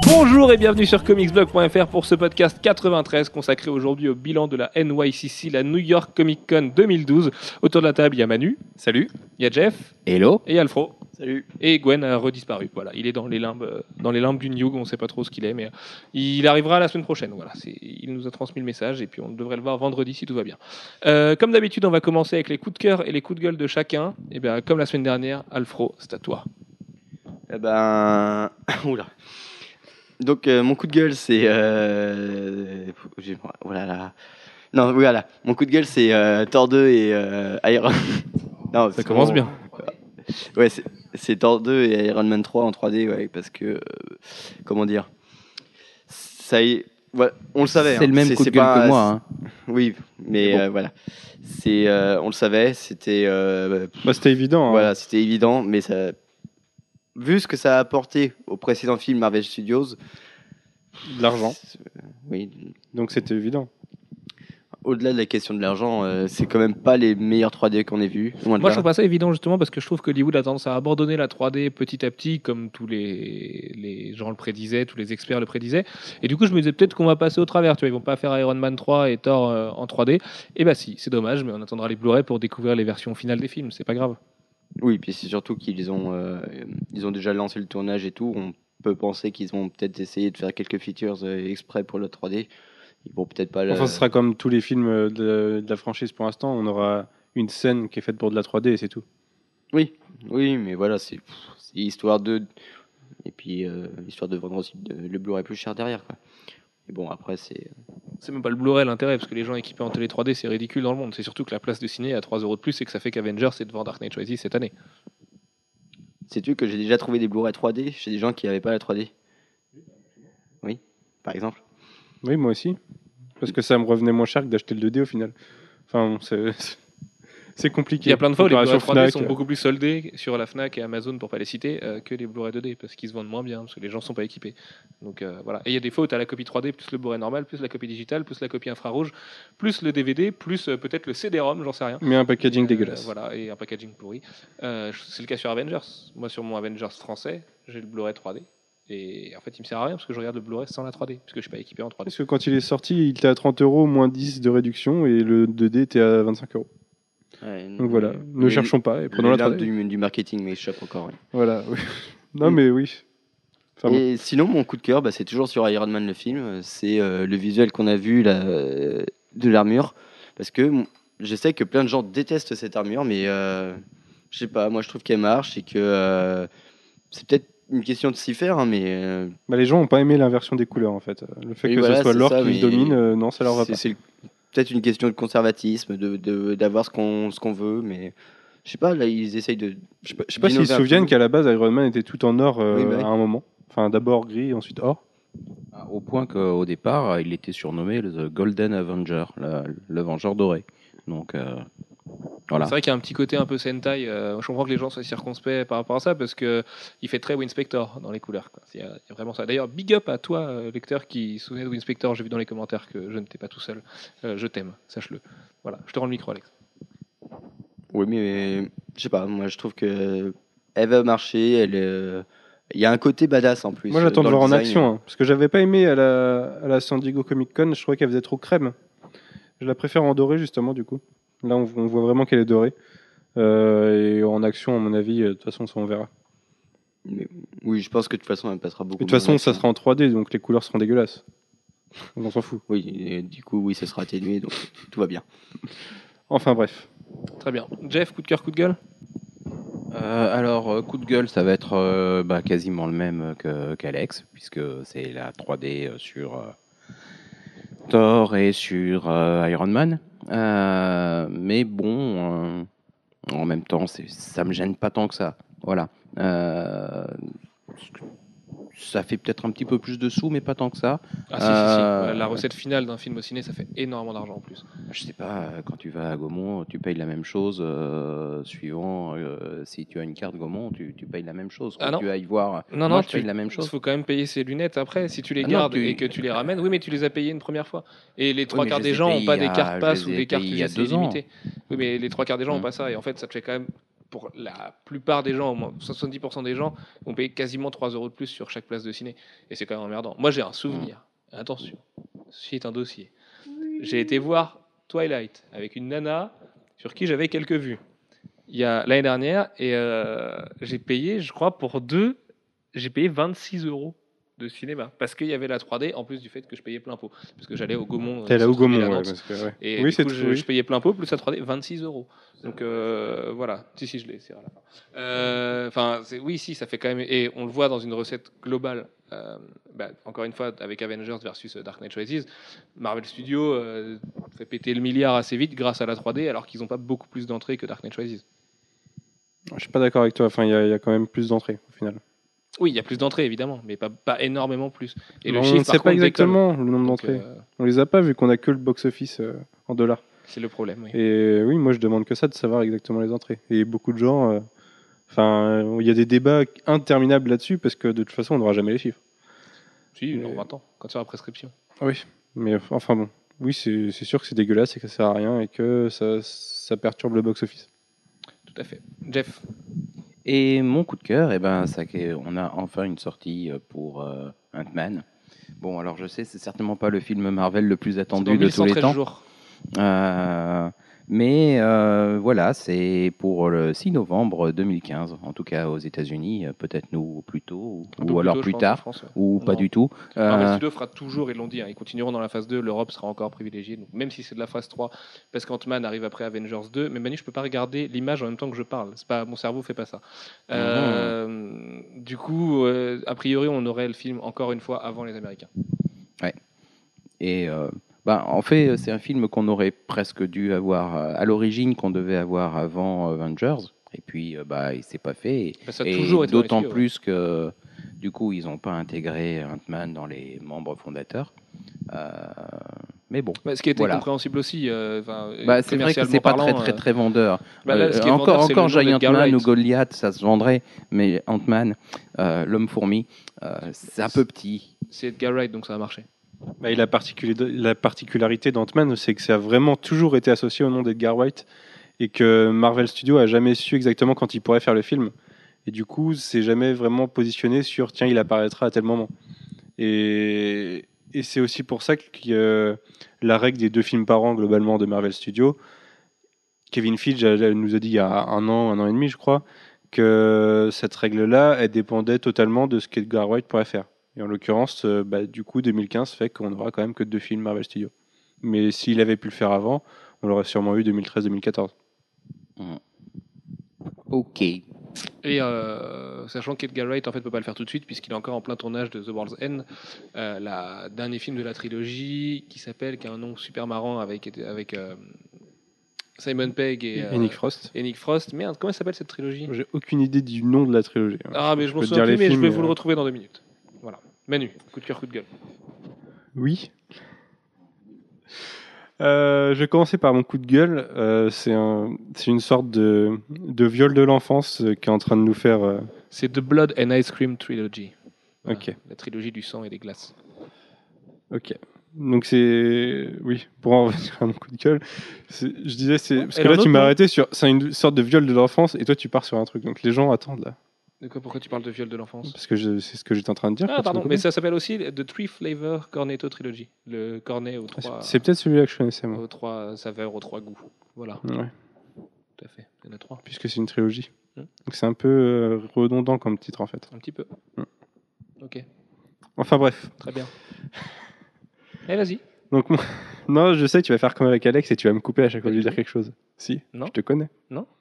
Bonjour et bienvenue sur comicsblog.fr pour ce podcast 93 consacré aujourd'hui au bilan de la NYCC, la New York Comic Con 2012. Autour de la table, il y a Manu. Salut. Il y a Jeff. Hello. Et Alfro. Salut. Et Gwen a redisparu. Voilà, il est dans les limbes du New, on ne sait pas trop ce qu'il est, mais il arrivera la semaine prochaine. Voilà, il nous a transmis le message et puis on devrait le voir vendredi si tout va bien. Comme d'habitude, on va commencer avec les coups de cœur et les coups de gueule de chacun. Et bien, comme la semaine dernière, Alfro, c'est à toi. Oula. Donc mon coup de gueule c'est voilà. Non, voilà. Mon coup de gueule c'est Thor 2 et Iron. Non, Ça commence bien. Ouais, c'est Thor 2 et Iron Man 3 en 3D, ouais, parce que comment dire, ça y est, ouais, on le savait. C'est le même coup de gueule que moi. Hein. Oui, mais bon. Voilà. On le savait, c'était. C'était évident. Hein. Voilà, c'était évident, mais ça. Vu ce que ça a apporté au précédent film Marvel Studios, de l'argent. Oui. Donc c'était évident. Au-delà de la question de l'argent, c'est quand même pas les meilleurs 3D qu'on ait vus. Moi, je trouve pas ça évident justement parce que je trouve que Hollywood a tendance à abandonner la 3D petit à petit, comme tous les gens le prédisaient, tous les experts le prédisaient. Et du coup, je me disais peut-être qu'on va passer au travers. Tu vois, ils vont pas faire Iron Man 3 et Thor en 3D. Et bah si, c'est dommage, mais on attendra les Blu-ray pour découvrir les versions finales des films. C'est pas grave. Oui, puis c'est surtout qu'ils ont déjà lancé le tournage et tout. On peut penser qu'ils vont peut-être essayer de faire quelques features exprès pour la 3D. Ils vont peut-être pas. Enfin, ce sera comme tous les films de la franchise pour l'instant. On aura une scène qui est faite pour de la 3D et c'est tout. Oui, mais voilà, c'est histoire de. Et puis histoire de vendre aussi le Blu-ray plus cher derrière, quoi. Et bon, après, c'est même pas le Blu-ray l'intérêt, parce que les gens équipés en télé 3D, c'est ridicule dans le monde. C'est surtout que la place de ciné à 3 € de plus et que ça fait qu'Avengers est devant Dark Knight Rises cette année. Sais-tu que j'ai déjà trouvé des Blu-ray 3D chez des gens qui n'avaient pas la 3D? Oui, par exemple. Oui, moi aussi. Parce que ça me revenait moins cher que d'acheter le 2D au final. Enfin, c'est compliqué. Il y a plein de fois où les Blu-ray 3D Fnac, sont beaucoup plus soldés sur la Fnac et Amazon, pour pas les citer, que les Blu-ray 2D, parce qu'ils se vendent moins bien, parce que les gens sont pas équipés. Donc voilà. Et il y a des fois où tu as la copie 3D, plus le Blu-ray normal, plus la copie digitale, plus la copie infrarouge, plus le DVD, plus peut-être le CD-ROM, j'en sais rien. Mais un packaging dégueulasse. Voilà, et un packaging pourri. C'est le cas sur Avengers. Moi, sur mon Avengers français, j'ai le Blu-ray 3D. Et en fait, il me sert à rien parce que je regarde le Blu-ray sans la 3D, parce que je suis pas équipé en 3D. Parce que quand il est sorti, il était à 30 €, moins 10 de réduction, et le 2D était à 25 €. Ouais, donc voilà, ne cherchons pas et prenons la 3D. Du marketing m'échappe encore. Oui. Voilà, oui. Non mais oui. Enfin, et sinon, mon coup de cœur, c'est toujours sur Iron Man le film. C'est le visuel qu'on a vu là, de l'armure. Parce que je sais que plein de gens détestent cette armure, mais je sais pas, moi je trouve qu'elle marche et que c'est peut-être une question de s'y faire, hein, mais... les gens n'ont pas aimé l'inversion des couleurs en fait. Le fait que ce soit l'or qui domine, non, ça leur va pas. C'est peut-être une question de conservatisme, d'avoir ce qu'on veut, mais je sais pas, là ils essayent de... Je sais pas s'ils se souviennent qu'à la base Iron Man était tout en or à un moment. Enfin d'abord gris, ensuite or. Au point qu'au départ, il était surnommé le Golden Avenger, le Vengeur doré. Donc... Voilà. C'est vrai qu'il y a un petit côté un peu Sentai. Je comprends que les gens soient circonspects par rapport à ça parce que il fait très Winspector dans les couleurs. Quoi. Il y a vraiment ça. D'ailleurs, big up à toi, lecteur, qui se souvenait de Winspector. J'ai vu dans les commentaires que je n'étais pas tout seul. Je t'aime, sache-le. Voilà, je te rends le micro, Alex. Oui, mais je sais pas. Moi, je trouve que elle va marcher. Il y a un côté badass en plus. Moi, j'attends de voir en action, hein, parce que j'avais pas aimé à la San Diego Comic Con. Je trouvais qu'elle faisait trop crème. Je la préfère en doré justement, du coup. Là, on voit vraiment qu'elle est dorée. Et en action, à mon avis, de toute façon, ça, on verra. Mais, oui, je pense que de toute façon, elle passera beaucoup. De toute façon, ça sera en 3D, donc les couleurs seront dégueulasses. On s'en fout. Oui, et du coup, oui, ça sera atténué, donc tout va bien. Enfin, bref. Très bien. Jeff, coup de cœur, coup de gueule alors, coup de gueule, ça va être quasiment le même qu'Alex, puisque c'est la 3D sur Thor et sur Iron Man. Mais bon, en même temps, ça me gêne pas tant que ça. Voilà. Ça fait peut-être un petit peu plus de sous, mais pas tant que ça. Ah si. La recette finale d'un film au ciné, ça fait énormément d'argent en plus. Je sais pas, quand tu vas à Gaumont, tu payes la même chose suivant si tu as une carte Gaumont, tu payes la même chose. Quand tu vas y voir, non, tu payes la même chose. Il faut quand même payer ses lunettes après. Si tu les gardes et que tu les ramènes, oui, mais tu les as payées une première fois. Et les trois quarts des gens n'ont pas des cartes pass ou des cartes UGC illimitées. Oui, mais les trois quarts des gens n'ont pas ça. Et en fait, ça te fait quand même pour la plupart des gens, au moins 70% des gens, vont payer quasiment 3 euros de plus sur chaque place de ciné. Et c'est quand même emmerdant. Moi, j'ai un souvenir. Attention, ceci est un dossier. J'ai été voir Twilight avec une nana sur qui j'avais quelques vues. Il y a l'année dernière, et j'ai payé, je crois, pour deux, j'ai payé 26 euros de cinéma parce qu'il y avait la 3D en plus du fait que je payais plein pot parce que j'allais au Gaumont. T'es là au centre-ville à Gaumont, ouais, Nantes. parce que, ouais. Et Oui, du coup, oui. je payais plein pot plus la 3D 26 euros. Donc voilà, si je l'ai, c'est à la fin. Enfin, oui, si ça fait quand même, et on le voit dans une recette globale. Encore une fois, avec Avengers versus Dark Knight Rises, Marvel Studios fait péter le milliard assez vite grâce à la 3D, alors qu'ils n'ont pas beaucoup plus d'entrées que Dark Knight Rises. Je suis pas d'accord avec toi. Enfin, il y a quand même plus d'entrées au final. Oui, il y a plus d'entrées évidemment, mais pas énormément plus. Et Non, le on chiffre, ne sait par pas contre, exactement décolle. le nombre Donc, d'entrées. On les a pas vu qu'on a que le box-office en dollars. c'est le problème. Oui. Et oui, moi je demande que ça, de savoir exactement les entrées. Et beaucoup de gens, enfin, il y a des débats interminables là-dessus parce que de toute façon, on n'aura jamais les chiffres. Si, Mais- dans 20 ans, quand il y aura prescription. Oui, mais enfin bon, oui, c'est sûr que c'est dégueulasse et que ça sert à rien et que ça perturbe le box-office. Tout à fait. Jeff, Et mon coup de cœur, on a enfin une sortie pour Ant-Man. Bon, alors je sais, c'est certainement pas le film Marvel le plus c'est attendu dans de tous les 1113 temps. jours. Mais voilà, c'est pour le 6 novembre 2015, en tout cas aux États-Unis, peut-être nous plus tôt, Un peu ou alors tôt, je plus pense, en tard, France, ouais. ou pas Non. du tout. Marvel Euh, Studios fera toujours, ils l'ont dit, hein, ils continueront dans la phase 2, l'Europe sera encore privilégiée, donc même si c'est de la phase 3, parce qu'Ant-Man arrive après Avengers 2, mais Manu, je peux pas regarder l'image en même temps que je parle, c'est pas, mon cerveau fait pas ça. Du coup, a priori, on aurait le film encore une fois avant les Américains. Et en fait, c'est un film qu'on aurait presque dû avoir à l'origine, qu'on devait avoir avant Avengers. Et puis, il s'est pas fait. Bah, ça a Et toujours été dans les d'autant tuyaux, plus que, du coup, ils n'ont pas intégré Ant-Man dans les membres fondateurs. Mais bon. Bah, ce qui était Voilà. compréhensible aussi, C'est vrai que commercialement c'est pas parlant, très vendeur. là, ce qui est encore vendeur, c'est le nom Giant d'Edgar Man Wright. ou Goliath, ça se vendrait, mais Ant-Man, l'homme-fourmi, c'est un peu petit. c'est Edgar Wright, donc ça a marché. Bah, et la particularité d'Ant-Man, c'est que ça a vraiment toujours été associé au nom d'Edgar Wright et que Marvel Studios a jamais su exactement quand il pourrait faire le film. Et du coup, c'est jamais vraiment positionné sur tiens, il apparaîtra à tel moment. Et c'est aussi pour ça que la règle des 2 films par an globalement de Marvel Studios, Kevin Feige nous a dit il y a un an et demi, je crois, que cette règle-là, elle dépendait totalement de ce qu'Edgar Wright pourrait faire. Et en l'occurrence, du coup, 2015 fait qu'on n'aura quand même que 2 films Marvel Studios. Mais s'il avait pu le faire avant, on l'aurait sûrement eu 2013-2014. Ok. Et sachant qu'Edgar Wright en fait peut pas le faire tout de suite puisqu'il est encore en plein tournage de The World's End, la dernier film de la trilogie qui a un nom super marrant avec Simon Pegg et Nick Frost. Nick Frost. Merde, comment s'appelle cette trilogie? J'ai aucune idée du nom de la trilogie. Ah mais je m'en peux te souviens dire plus, les mais je films, vais mais, vous le retrouver dans 2 minutes. Voilà. Manu, coup de cœur, coup de gueule. Oui. Je vais commencer par mon coup de gueule. C'est une sorte de viol de l'enfance qui est en train de nous faire. C'est The Blood and Ice Cream Trilogy. Voilà, Ok. La trilogie du sang et des glaces. Ok. Donc c'est oui, pour en revenir à mon coup de gueule, je disais parce Et que là un tu autre m'as nom arrêté sur c'est une sorte de viol de l'enfance et toi tu pars sur un truc. Donc les gens attendent là De quoi, pourquoi tu parles de viol de l'enfance? parce que c'est ce que j'étais en train de dire. Ah quand tu pardon, m'as mais coupé. ça s'appelle aussi The Three Flavor Cornetto Trilogy. Le cornet aux trois, C'est peut-être celui-là que je connaissais moi. aux 3 saveurs, aux 3 goûts. Voilà, Ouais, tout à fait. Il y en a 3. puisque c'est une trilogie. Hmm. Donc c'est un peu redondant comme titre en fait. Un petit peu. Hmm. Ok, Enfin bref. très bien. Allez, vas-y. Donc non, je sais que tu vas faire comme avec Alex et tu vas me couper à chaque fois Pas que je du vais dire tout. quelque chose. Si, Non. je te connais.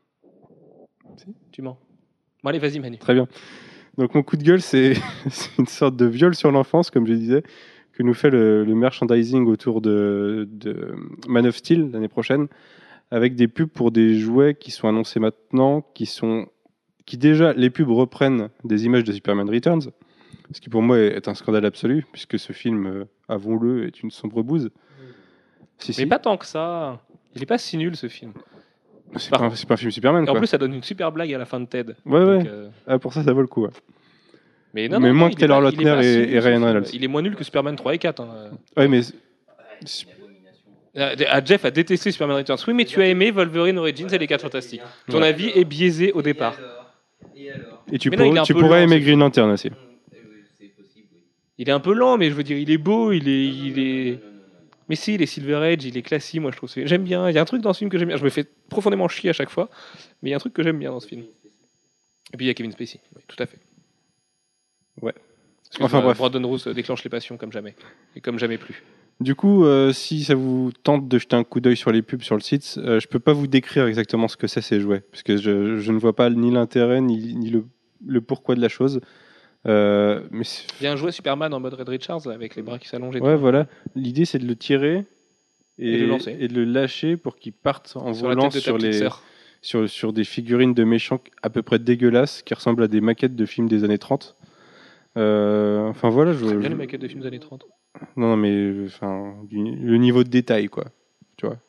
Tu mens. Bon, allez, vas-y, Manu. Très bien. Donc mon coup de gueule, c'est c'est une sorte de viol sur l'enfance, comme je disais, que nous fait le merchandising autour de Man of Steel l'année prochaine, avec des pubs pour des jouets qui sont annoncés maintenant, qui déjà, les pubs reprennent des images de Superman Returns, ce qui pour moi est un scandale absolu, puisque ce film, avouons-le, est une sombre bouse. Si, Mais pas tant que ça. Il est pas si nul ce film. c'est pas un film Superman, Et en quoi. plus, ça donne une super blague à la fin de Ted. Ouais, Donc, ouais. Ah, pour ça vaut le coup. Ouais. Mais Mais moins il que est Taylor pas- il est Lautner pas si et nul, ce Ryan film. Reynolds. Il est moins nul que Superman 3 et 4. Hein. Ouais, mais Jeff a détesté Superman Returns. Oui, mais tu as aimé Wolverine Origins et les 4 Fantastiques. Ton avis est biaisé au départ. Et tu, Mais là, il est un tu peu pourrais lent, aimer c'est Green Lantern aussi. Il est un peu lent, mais je veux dire, il est beau, il est. Mais si, il est Silver Age, il est classique, moi je trouve. J'aime bien. Il y a un truc dans ce film que j'aime bien. Je me fais profondément chier à chaque fois, mais il y a un truc que j'aime bien dans ce film. Et puis il y a Kevin Spacey, oui, tout à fait. Ouais. Excuse-moi, Enfin, bref. Brandon Roos déclenche les passions comme jamais. Et comme jamais plus. Du coup, si ça vous tente de jeter un coup d'œil sur les pubs sur le site, je peux pas vous décrire exactement ce que c'est ces jouets, parce que je ne vois pas ni l'intérêt ni le pourquoi de la chose. Mais Il y a un jouet Superman en mode Red Richards là, avec les bras qui s'allongent et ouais, tout. voilà. L'idée, c'est de le tirer Et de le lancer. et de le lâcher pour qu'il parte en Sur la volant tête de ta petite sœur. sur des figurines de méchants à peu près dégueulasses qui ressemblent à des maquettes de films des années 30. Enfin voilà, J'aime bien les maquettes de films des années 30. non, mais enfin, le niveau de détail, quoi. Tu vois.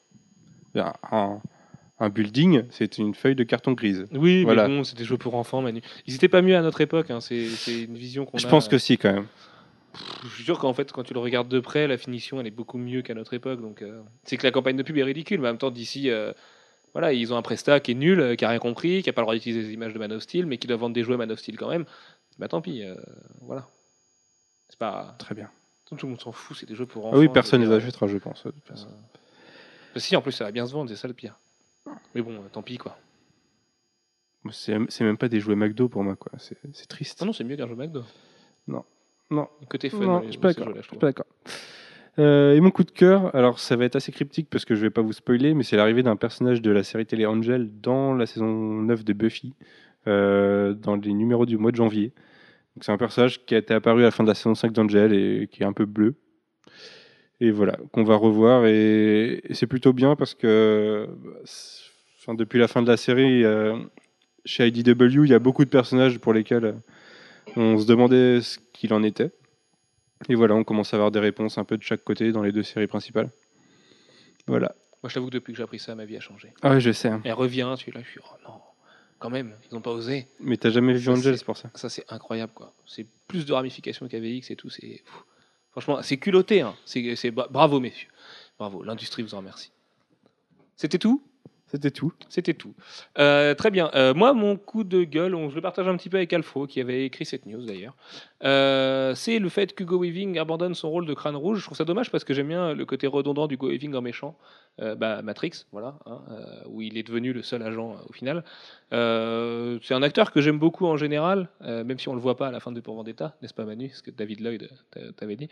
Un building, c'est une feuille de carton grise. Oui, Voilà. mais bon, c'est des jeux pour enfants, Manu. Ils étaient pas mieux à notre époque, hein. C'est une vision qu'on a. Je pense que si, quand même. Je suis sûr qu'en fait, quand tu le regardes de près, la finition, elle est beaucoup mieux qu'à notre époque. Donc, c'est que la campagne de pub est ridicule, mais en même temps, d'ici, voilà, ils ont un Presta qui est nul, qui a rien compris, qui a pas le droit d'utiliser les images de Man of Steel, mais qui doit vendre des jouets Man of Steel quand même. Bah tant pis, voilà. C'est pas. Très bien. Tout le monde s'en fout, c'est des jeux pour enfants. Ah oui, personne je ne veux les dire. achètera, je pense. De toute façon. Bah si, en plus, ça va bien se vendre, c'est ça le pire. Mais bon, tant pis, quoi. C'est même pas des jouets McDo pour moi, quoi. C'est triste. Non, non, c'est mieux qu'un jeu McDo. Non. Côté fun, Non, dans je les- suis pas ces d'accord. jeux-là, Je suis trouve. pas d'accord. Et mon coup de cœur, alors ça va être assez cryptique parce que je vais pas vous spoiler, mais c'est l'arrivée d'un personnage de la série télé Angel dans la saison 9 de Buffy, dans les numéros du mois de janvier. Donc c'est un personnage qui a été apparu à la fin de la saison 5 d'Angel et qui est un peu bleu. Et voilà, qu'on va revoir et c'est plutôt bien parce que enfin, depuis la fin de la série, chez IDW, il y a beaucoup de personnages pour lesquels on se demandait ce qu'il en était. Et voilà, on commence à avoir des réponses un peu de chaque côté dans les deux séries principales. Voilà. Moi, je t'avoue que depuis que j'ai appris ça, ma vie a changé. Ah ouais, je sais. Elle revient, tu es là, je suis, oh non, quand même, ils ont pas osé. Mais t'as jamais vu Ça, Angel, c'est- c'est pour ça. Ça, c'est incroyable, quoi. C'est plus de ramifications qu'AVX et tout. Franchement, c'est culotté. Hein. Bravo, messieurs. Bravo. L'industrie vous en remercie. C'était tout. C'était tout. C'était tout. Très bien. Moi, mon coup de gueule, je le partage un petit peu avec Alfro, qui avait écrit cette news d'ailleurs. C'est le fait qu'Hugo Weaving abandonne son rôle de Crâne Rouge. Je trouve ça dommage parce que j'aime bien le côté redondant d'Hugo Weaving en méchant. Matrix, voilà, hein, où il est devenu le seul agent au final. C'est un acteur que j'aime beaucoup en général, même si on le voit pas à la fin de Pour Vendetta, n'est-ce pas Manu, ce que David Lloyd t'avait dit.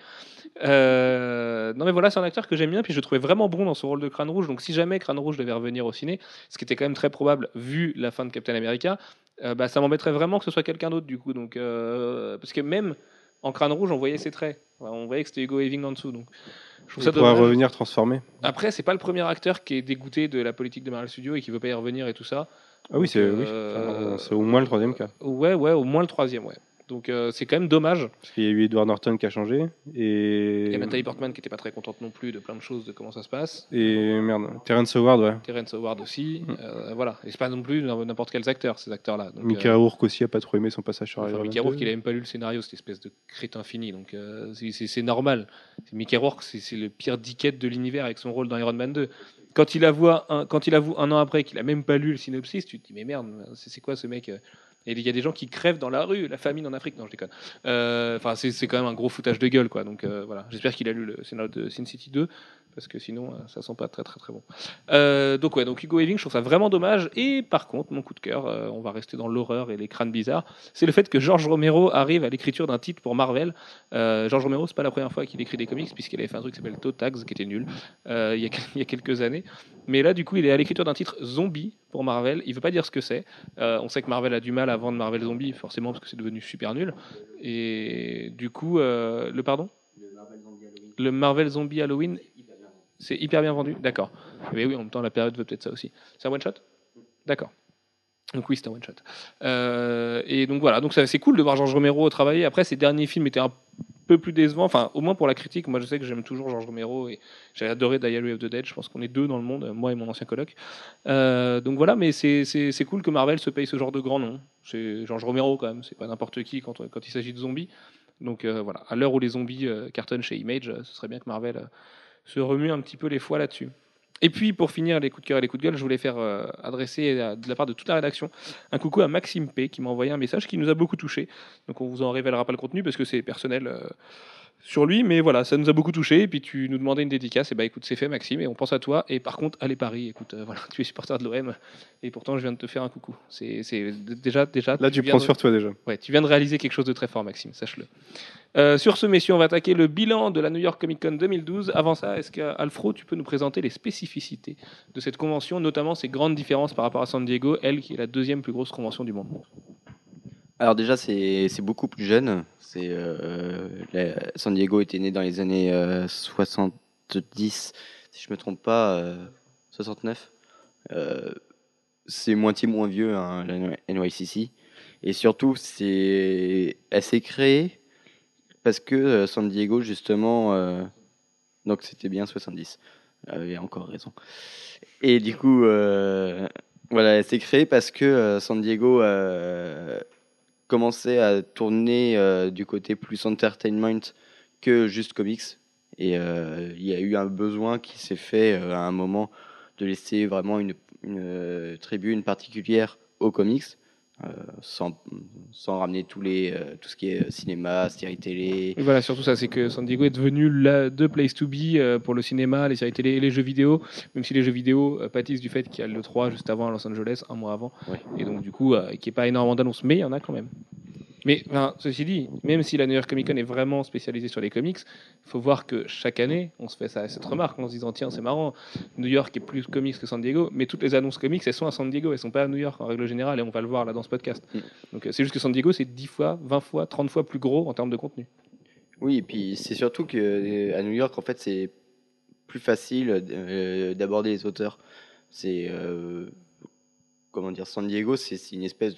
Non mais voilà, c'est un acteur que j'aime bien, puis je le trouvais vraiment bon dans son rôle de Crâne Rouge. Donc si jamais Crâne Rouge devait revenir au ciné, ce qui était quand même très probable vu la fin de Captain America, ça m'embêterait vraiment que ce soit quelqu'un d'autre du coup. Donc parce que même en Crâne Rouge, on voyait ses traits, enfin, on voyait que c'était Hugo Weaving en dessous. Donc je trouve Il ça pourra dommage. revenir transformé. Après, c'est pas le premier acteur qui est dégoûté de la politique de Marvel Studios et qui veut pas y revenir et tout ça. Ah oui, Donc, c'est oui. Enfin, c'est au moins le troisième cas. Ouais, au moins le troisième, ouais. Donc c'est quand même dommage. Parce qu'il y a eu Edward Norton qui a changé. Et Et, Nathalie Portman qui était pas très contente non plus de plein de choses de comment ça se passe. et merde, Terrence Howard, ouais. Terrence Howard aussi. Voilà. Et c'est pas non plus n'importe quels acteurs, ces acteurs-là. Donc, Mickey Rourke aussi a pas trop aimé son passage sur enfin, Iron Man Mickey Rourke, 2. il a même pas lu le scénario, cette espèce de crétin fini. Donc c'est normal. Mickey Rourke, c'est le pire dickhead de l'univers avec son rôle dans Iron Man 2. Quand il avoue un an après qu'il a même pas lu le synopsis, tu te dis mais merde, c'est quoi ce mec Et il y a des gens qui crèvent dans la rue, la famine en Afrique. Non, je déconne. Enfin, c'est quand même un gros foutage de gueule, quoi. Donc voilà, j'espère qu'il a lu le scénario de Sin City 2, parce que sinon, ça sent pas très très très bon. Donc Hugo Weaving, je trouve ça vraiment dommage. Et par contre, mon coup de cœur, on va rester dans l'horreur et les crânes bizarres, c'est le fait que George Romero arrive à l'écriture d'un titre pour Marvel. George Romero, c'est pas la première fois qu'il écrit des comics, puisqu'il avait fait un truc qui s'appelle Toe Tags, qui était nul il y a quelques années. Mais là, du coup, il est à l'écriture d'un titre zombie pour Marvel. Il veut pas dire ce que c'est. On sait que Marvel a du mal à vendre Marvel Zombie, forcément, parce que c'est devenu super nul. Et du coup, le pardon Le Marvel Zombie Halloween, c'est hyper bien vendu. D'accord. Mais oui, en même temps, la période veut peut-être ça aussi. C'est un one shot. D'accord. Donc oui, c'est un one shot. Et donc voilà, donc c'est cool de voir George Romero travailler. Après, ses derniers films étaient un peu plus décevants, enfin au moins pour la critique. Moi, je sais que j'aime toujours George Romero et j'ai adoré Diary of the Dead. Je pense qu'on est deux dans le monde, moi et mon ancien coloc. Donc voilà, mais c'est cool que Marvel se paye ce genre de grand nom. C'est George Romero quand même, c'est pas n'importe qui quand il s'agit de zombies. Donc voilà, à l'heure où les zombies cartonnent chez Image, ce serait bien que Marvel se remuent un petit peu les foies là-dessus. Et puis, pour finir les coups de cœur et les coups de gueule, je voulais faire adresser de la part de toute la rédaction un coucou à Maxime P qui m'a envoyé un message qui nous a beaucoup touché. Donc, on vous en révélera pas le contenu parce que c'est personnel sur lui, mais voilà, ça nous a beaucoup touché. Et puis, tu nous demandais une dédicace. Et bah, écoute, c'est fait, Maxime, et on pense à toi. Et par contre, allez Paris, écoute, voilà, tu es supporter de l'OM, et pourtant, je viens de te faire un coucou. C'est déjà. Là, tu viens prends de- sur toi déjà. Ouais, tu viens de réaliser quelque chose de très fort, Maxime, sache-le. Sur ce, messieurs, on va attaquer le bilan de la New York Comic Con 2012. Avant ça, est-ce qu'Alfro, tu peux nous présenter les spécificités de cette convention, notamment ses grandes différences par rapport à San Diego, elle qui est la deuxième plus grosse convention du monde? Alors déjà, c'est beaucoup plus jeune. San Diego était né dans les années 70, si je me trompe pas, 69. Euh, c'est moitié moins vieux, hein, la NYCC. Et surtout, elle s'est créée parce que San Diego, justement, donc c'était bien 70. J'avais encore raison. Et du coup, voilà, elle s'est créée parce que San Diego commençait à tourner du côté plus entertainment que juste comics. Et il y a eu un besoin qui s'est fait à un moment de laisser vraiment une tribune particulière aux comics, euh, sans, sans ramener tout ce qui est cinéma, séries télé. Et voilà, surtout ça, c'est que San Diego est devenu la the place to be pour le cinéma, les séries télé et les jeux vidéo, même si les jeux vidéo pâtissent du fait qu'il y a le 3 juste avant à Los Angeles, un mois avant, Ouais. et donc du coup, qui n'est pas énormément d'annonces, mais il y en a quand même. Mais enfin, ceci dit, même si la New York Comic Con est vraiment spécialisée sur les comics, il faut voir que chaque année, on se fait cette remarque en se disant tiens, c'est marrant, New York est plus comics que San Diego, mais toutes les annonces comics, elles sont à San Diego, elles sont pas à New York en règle générale, et on va le voir là dans ce podcast. Mm. Donc c'est juste que San Diego, c'est 10 fois, 20 fois, 30 fois plus gros en termes de contenu. Oui, et puis c'est surtout que à New York, en fait, c'est plus facile d'aborder les auteurs. C'est comment dire, San Diego, c'est une espèce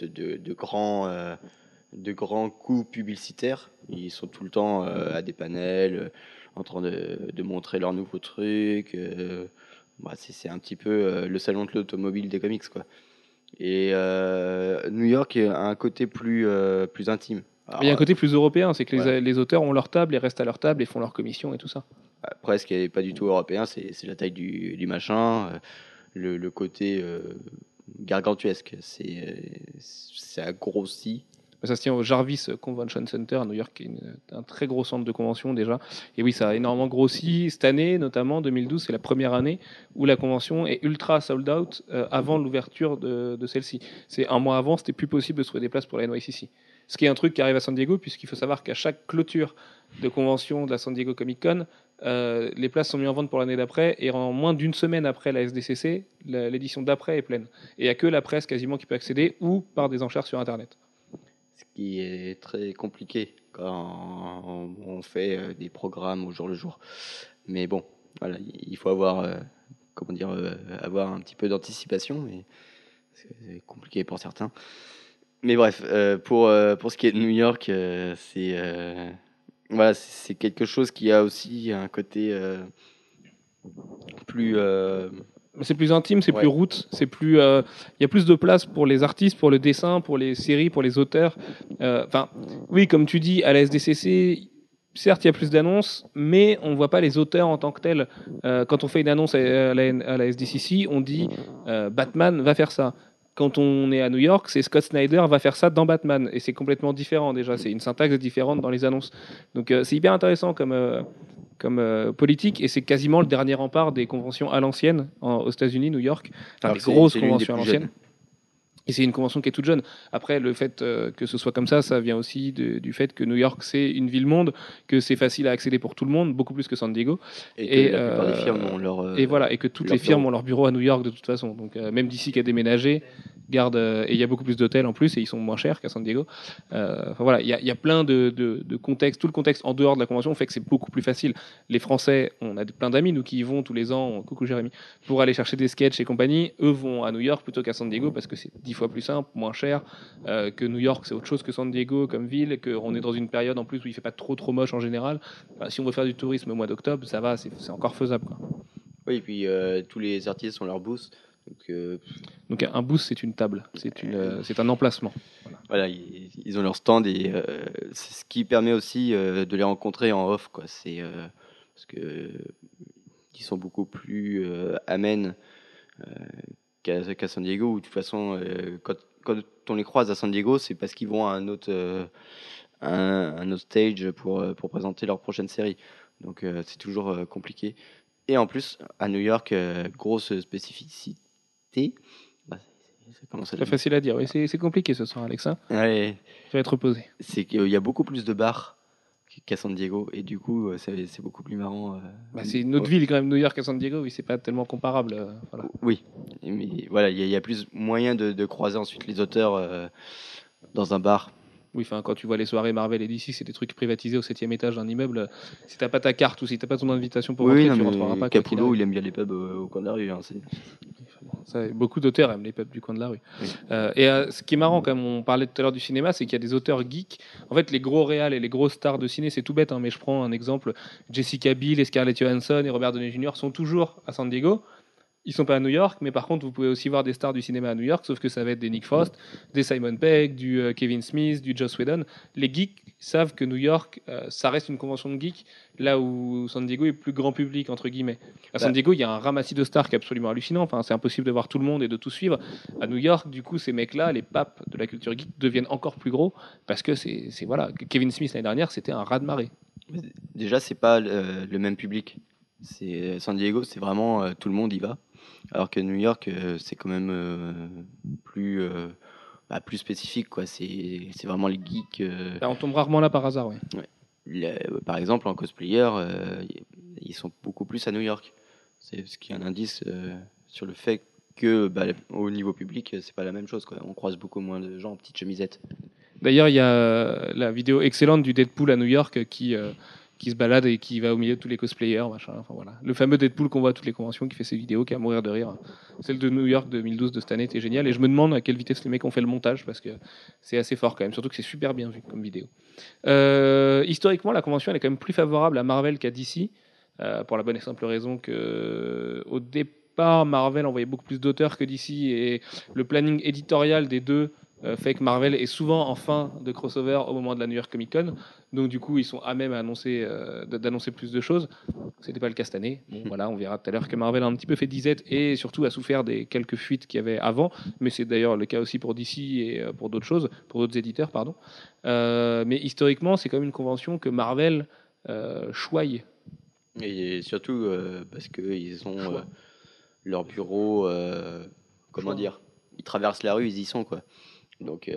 de grands coups publicitaires. Ils sont tout le temps à des panels, en train de montrer leurs nouveaux trucs. C'est un petit peu le salon de l'automobile des comics, quoi. Et New York a un côté plus intime. Mais il y a un Alors, côté plus européen, c'est que ouais. les auteurs ont leur table, ils restent à leur table et font leur commission et tout ça. Après, ce qui n'est pas du tout européen, c'est la taille du machin, le côté gargantuesque. Ça a grossi. Ça se tient au Jarvis Convention Center à New York, qui est un très gros centre de convention déjà. Et oui, ça a énormément grossi. Cette année, notamment 2012, c'est la première année où la convention est ultra sold out avant l'ouverture de celle-ci. C'est un mois avant, c'était plus possible de trouver des places pour la NYCC. Ce qui est un truc qui arrive à San Diego, puisqu'il faut savoir qu'à chaque clôture de convention de la San Diego Comic Con, les places sont mises en vente pour l'année d'après, et en moins d'une semaine après la SDCC, l'édition d'après est pleine. Et il n'y a que la presse quasiment qui peut accéder, ou par des enchères sur Internet. Ce qui est très compliqué quand on fait des programmes au jour le jour. Mais bon, voilà, il faut avoir un petit peu d'anticipation, mais c'est compliqué pour certains. Mais bref, pour ce qui est de New York, c'est quelque chose qui a aussi un côté plus. C'est plus intime, c'est Ouais. plus route, c'est plus. Il y a plus de place pour les artistes, pour le dessin, pour les séries, pour les auteurs. Enfin, oui, comme tu dis, à la SDCC, certes, il y a plus d'annonces, mais on ne voit pas les auteurs en tant que tels. Quand on fait une annonce à la SDCC, on dit Batman va faire ça. Quand on est à New York, c'est Scott Snyder va faire ça dans Batman, et c'est complètement différent déjà. C'est une syntaxe différente dans les annonces. Donc c'est hyper intéressant comme politique, et c'est quasiment le dernier rempart des conventions à l'ancienne aux États-Unis, New York, enfin Alors des que c'est grosses l'une des conventions à plus l'ancienne. jeunes. Et c'est une convention qui est toute jeune. Après, le fait que ce soit comme ça vient aussi du fait que New York, c'est une ville-monde, que c'est facile à accéder pour tout le monde, beaucoup plus que San Diego. Et que la plupart des firmes ont leur. Et voilà, et que toutes leur les firmes bureau. ont leur bureau à New York de toute façon. Donc même d'ici qui a déménagé, et il y a beaucoup plus d'hôtels en plus, et ils sont moins chers qu'à San Diego. Enfin voilà, il y a plein de contextes. Tout le contexte en dehors de la convention fait que c'est beaucoup plus facile. Les Français, on a plein d'amis, nous qui y vont tous les ans, coucou Jérémy, pour aller chercher des sketchs et compagnie. Eux vont à New York plutôt qu'à San Diego parce que c'est 10 fois plus simple, moins cher, que New York, c'est autre chose que San Diego comme ville, et qu'on est dans une période en plus où il fait pas trop moche en général. Si on veut faire du tourisme au mois d'octobre, ça va, c'est encore faisable, quoi. Oui, et puis tous les artistes ont leur boost. Donc un booth, c'est une table, c'est un emplacement. Voilà, ils ont leur stand, et c'est ce qui permet aussi de les rencontrer en off, quoi. Parce que qui sont beaucoup plus amènes qu'à San Diego. Où, de toute façon, quand on les croise à San Diego, c'est parce qu'ils vont à un autre stage pour présenter leur prochaine série. Donc c'est toujours compliqué. Et en plus, à New York, grosse spécificité. Bah, ça commence à C'est pas facile à dire. Oui, c'est compliqué ce soir, Alexa. Ouais, Je vais être reposé. c'est qu'il y a beaucoup plus de bars qu'à San Diego. Et du coup, c'est beaucoup plus marrant. Bah, c'est une autre ville quand même, New York à San Diego. Oui, c'est pas tellement comparable. Voilà. Oui, mais voilà, il y a plus moyen de croiser ensuite les auteurs dans un bar. Oui, enfin, quand tu vois les soirées Marvel et DC, c'est des trucs privatisés au 7e étage d'un immeuble. Si t'as pas ta carte ou si t'as pas ton invitation pour Oui, rentrer, non, tu rentreras mais pas. Quoi qu'il Capullo, arrive. il aime bien les pubs au coin de la rue. Hein, Ça, beaucoup d'auteurs aiment les pubs du coin de la rue. Oui. Ce qui est marrant, comme on parlait tout à l'heure du cinéma, c'est qu'il y a des auteurs geeks. En fait, les gros réals et les grosses stars de ciné, c'est tout bête, hein, mais je prends un exemple. Jessica Biel et Scarlett Johansson et Robert Downey Jr. sont toujours à San Diego. Ils sont pas à New York, mais par contre, vous pouvez aussi voir des stars du cinéma à New York, sauf que ça va être des Nick Frost, des Simon Pegg, du Kevin Smith, du Joss Whedon. Les geeks savent que New York, ça reste une convention de geeks, là où San Diego est plus grand public, entre guillemets. À San Bah. Diego, il y a un ramassis de stars qui est absolument hallucinant. Enfin, c'est impossible de voir tout le monde et de tout suivre. À New York, du coup, ces mecs-là, les papes de la culture geek, deviennent encore plus gros parce que voilà. Kevin Smith l'année dernière, c'était un raz-de-marée. Déjà, c'est pas le même public. San Diego, c'est vraiment tout le monde y va. Alors que New York, c'est quand même plus spécifique, quoi. C'est vraiment les geeks. On tombe rarement là par hasard, oui. Par exemple, en cosplayer, ils sont beaucoup plus à New York. C'est ce qui est un indice sur le fait que, au niveau public, c'est pas la même chose, quoi. On croise beaucoup moins de gens en petites chemisettes. D'ailleurs, il y a la vidéo excellente du Deadpool à New York qui se balade et qui va au milieu de tous les cosplayers, machin. Enfin, voilà. Le fameux Deadpool qu'on voit à toutes les conventions qui fait ses vidéos, qui est à mourir de rire. Celle de New York 2012 de cette année était géniale et je me demande à quelle vitesse les mecs ont fait le montage parce que c'est assez fort quand même, surtout que c'est super bien vu comme vidéo. Historiquement, la convention elle est quand même plus favorable à Marvel qu'à DC pour la bonne et simple raison que au départ Marvel envoyait beaucoup plus d'auteurs que DC et le planning éditorial des deux fait que Marvel est souvent en fin de crossover au moment de la New York Comic Con. Donc du coup, ils sont à même d'annoncer plus de choses. C'était pas le cas cette année. Bon, voilà, on verra tout à l'heure que Marvel a un petit peu fait disette et surtout a souffert des quelques fuites qu'il y avait avant. Mais c'est d'ailleurs le cas aussi pour DC et pour d'autres choses, pour d'autres éditeurs, pardon. Mais historiquement, c'est quand même une convention que Marvel choye. Et surtout parce qu'ils ont leur bureau, comment dire, ils traversent la rue, ils y sont, quoi. Donc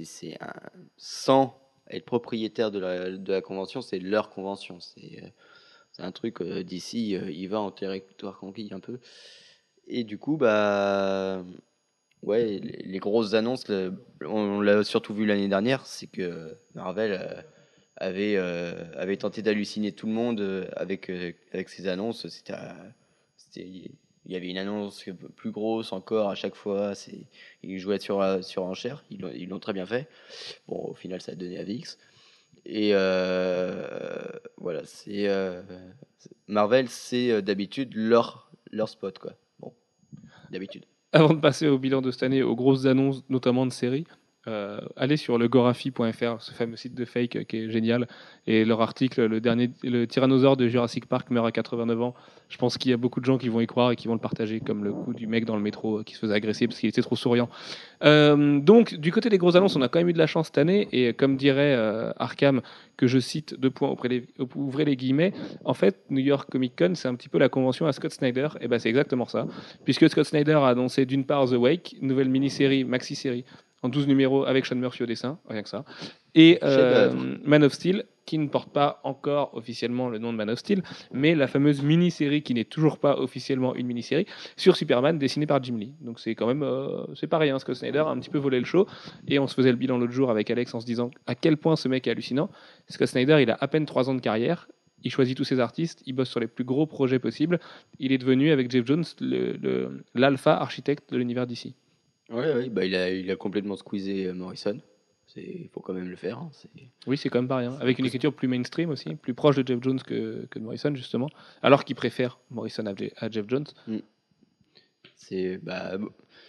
sans être propriétaire de la convention, c'est leur convention. C'est un truc d'ici, il va en territoire conquis un peu. Et du coup, ouais, les grosses annonces, on l'a surtout vu l'année dernière, c'est que Marvel avait tenté d'halluciner tout le monde avec ses annonces. Il y avait une annonce plus grosse encore à chaque fois. Ils jouaient sur enchère. Ils l'ont très bien fait. Bon, au final, ça a donné AVX. Et voilà, Marvel, c'est d'habitude leur spot, quoi. Bon, d'habitude. Avant de passer au bilan de cette année, aux grosses annonces, notamment de séries, allez sur le gorafi.fr, ce fameux site de fake qui est génial. Et leur article, le tyrannosaure de Jurassic Park meurt à 89 ans. Je pense qu'il y a beaucoup de gens qui vont y croire et qui vont le partager, comme le coup du mec dans le métro qui se faisait agresser parce qu'il était trop souriant. Donc, du côté des grosses annonces, on a quand même eu de la chance cette année. Et comme dirait Arkham, que je cite ouvrez les guillemets, en fait, New York Comic Con, c'est un petit peu la convention à Scott Snyder. Et ben, c'est exactement ça. Puisque Scott Snyder a annoncé d'une part The Wake, nouvelle mini-série, maxi-série, en 12 numéros avec Sean Murphy au dessin, rien que ça. Et Man of Steel, qui ne porte pas encore officiellement le nom de Man of Steel, mais la fameuse mini-série qui n'est toujours pas officiellement une mini-série sur Superman dessinée par Jim Lee. Donc c'est quand même, c'est pas rien. Scott Snyder a un petit peu volé le show et on se faisait le bilan l'autre jour avec Alex en se disant à quel point ce mec est hallucinant. Scott Snyder, il a à peine 3 ans de carrière. Il choisit tous ses artistes, il bosse sur les plus gros projets possibles. Il est devenu, avec Jeff Jones, l'alpha architecte de l'univers d'ici. Ouais, il a complètement squeezé Morrison. Il faut quand même le faire. Hein. Oui, c'est quand même pas rien. Avec une écriture plus mainstream aussi, plus proche de Jeff Jones que de Morrison, justement. Alors qu'il préfère Morrison à Jeff Jones. C'est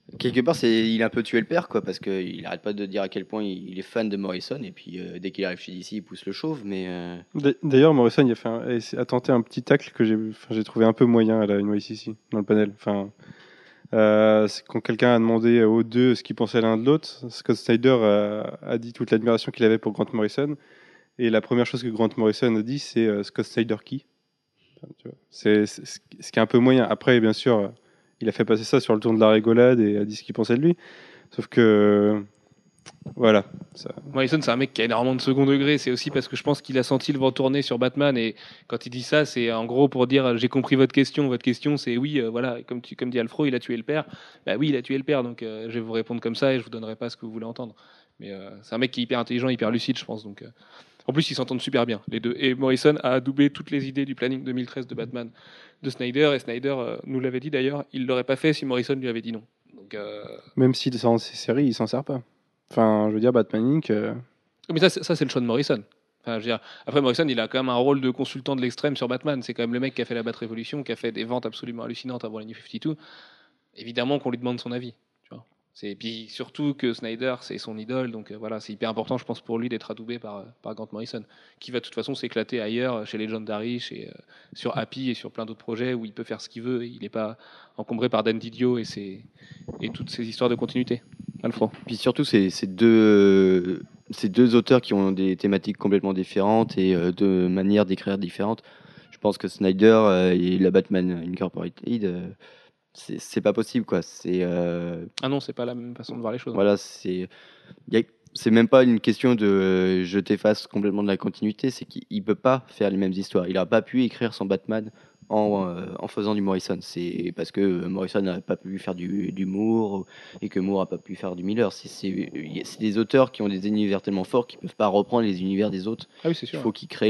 Quelque part, il a un peu tué le père, quoi, parce qu'il arrête pas de dire à quel point il est fan de Morrison, et puis dès qu'il arrive chez DC, il pousse le chauve, mais D'ailleurs, Morrison a tenté un petit tacle que j'ai trouvé un peu moyen à la NYCC dans le panel. Enfin, c'est quand quelqu'un a demandé aux deux ce qu'ils pensaient l'un de l'autre, Scott Snyder a dit toute l'admiration qu'il avait pour Grant Morrison. Et la première chose que Grant Morrison a dit, c'est Scott Snyder qui. Enfin, tu vois, c'est ce qui est un peu moyen. Après, bien sûr, il a fait passer ça sur le ton de la rigolade et a dit ce qu'il pensait de lui. Sauf que, voilà. Ça... Morrison, c'est un mec qui a énormément de second degré. C'est aussi parce que je pense qu'il a senti le vent tourner sur Batman. Et quand il dit ça, c'est en gros pour dire j'ai compris votre question. Votre question, c'est oui, voilà, comme dit Alfro, il a tué le père. Bah oui, il a tué le père. Donc je vais vous répondre comme ça et je vous donnerai pas ce que vous voulez entendre. Mais c'est un mec qui est hyper intelligent, hyper lucide, je pense. Donc en plus, ils s'entendent super bien, les deux. Et Morrison a adoubé toutes les idées du planning 2013 de Batman de Snyder. Et Snyder nous l'avait dit d'ailleurs, il l'aurait pas fait si Morrison lui avait dit non. Donc Même s'il sort dans ses séries, il s'en sert pas. Enfin, je veux dire, Batman Inc. mais ça c'est le choix de Morrison. Enfin, je veux dire, après Morrison, il a quand même un rôle de consultant de l'extrême sur Batman. C'est quand même le mec qui a fait la Bat Révolution, qui a fait des ventes absolument hallucinantes avant la New 52. Évidemment qu'on lui demande son avis. Tu vois. C'est puis surtout que Snyder, c'est son idole, donc voilà, c'est hyper important, je pense, pour lui d'être adoubé par Grant Morrison, qui va de toute façon s'éclater ailleurs, chez Legendary, sur Happy et sur plein d'autres projets où il peut faire ce qu'il veut. Et il n'est pas encombré par Dan Didio et toutes ces histoires de continuité. Alfred. puis surtout, ces deux auteurs qui ont des thématiques complètement différentes et de manières d'écrire différentes. Je pense que Snyder et la Batman Incorporated, c'est pas possible, quoi. Ah non, c'est pas la même façon de voir les choses. Voilà, c'est même pas une question de je t'efface complètement de la continuité, c'est qu'il peut pas faire les mêmes histoires. Il a pas pu écrire son Batman en faisant du Morrison. C'est parce que Morrison n'a pas pu faire du Moore et que Moore a pas pu faire du Miller. C'est des auteurs qui ont des univers tellement forts qu'ils peuvent pas reprendre les univers des autres. Ah oui, c'est Il sûr. faut qu'ils créent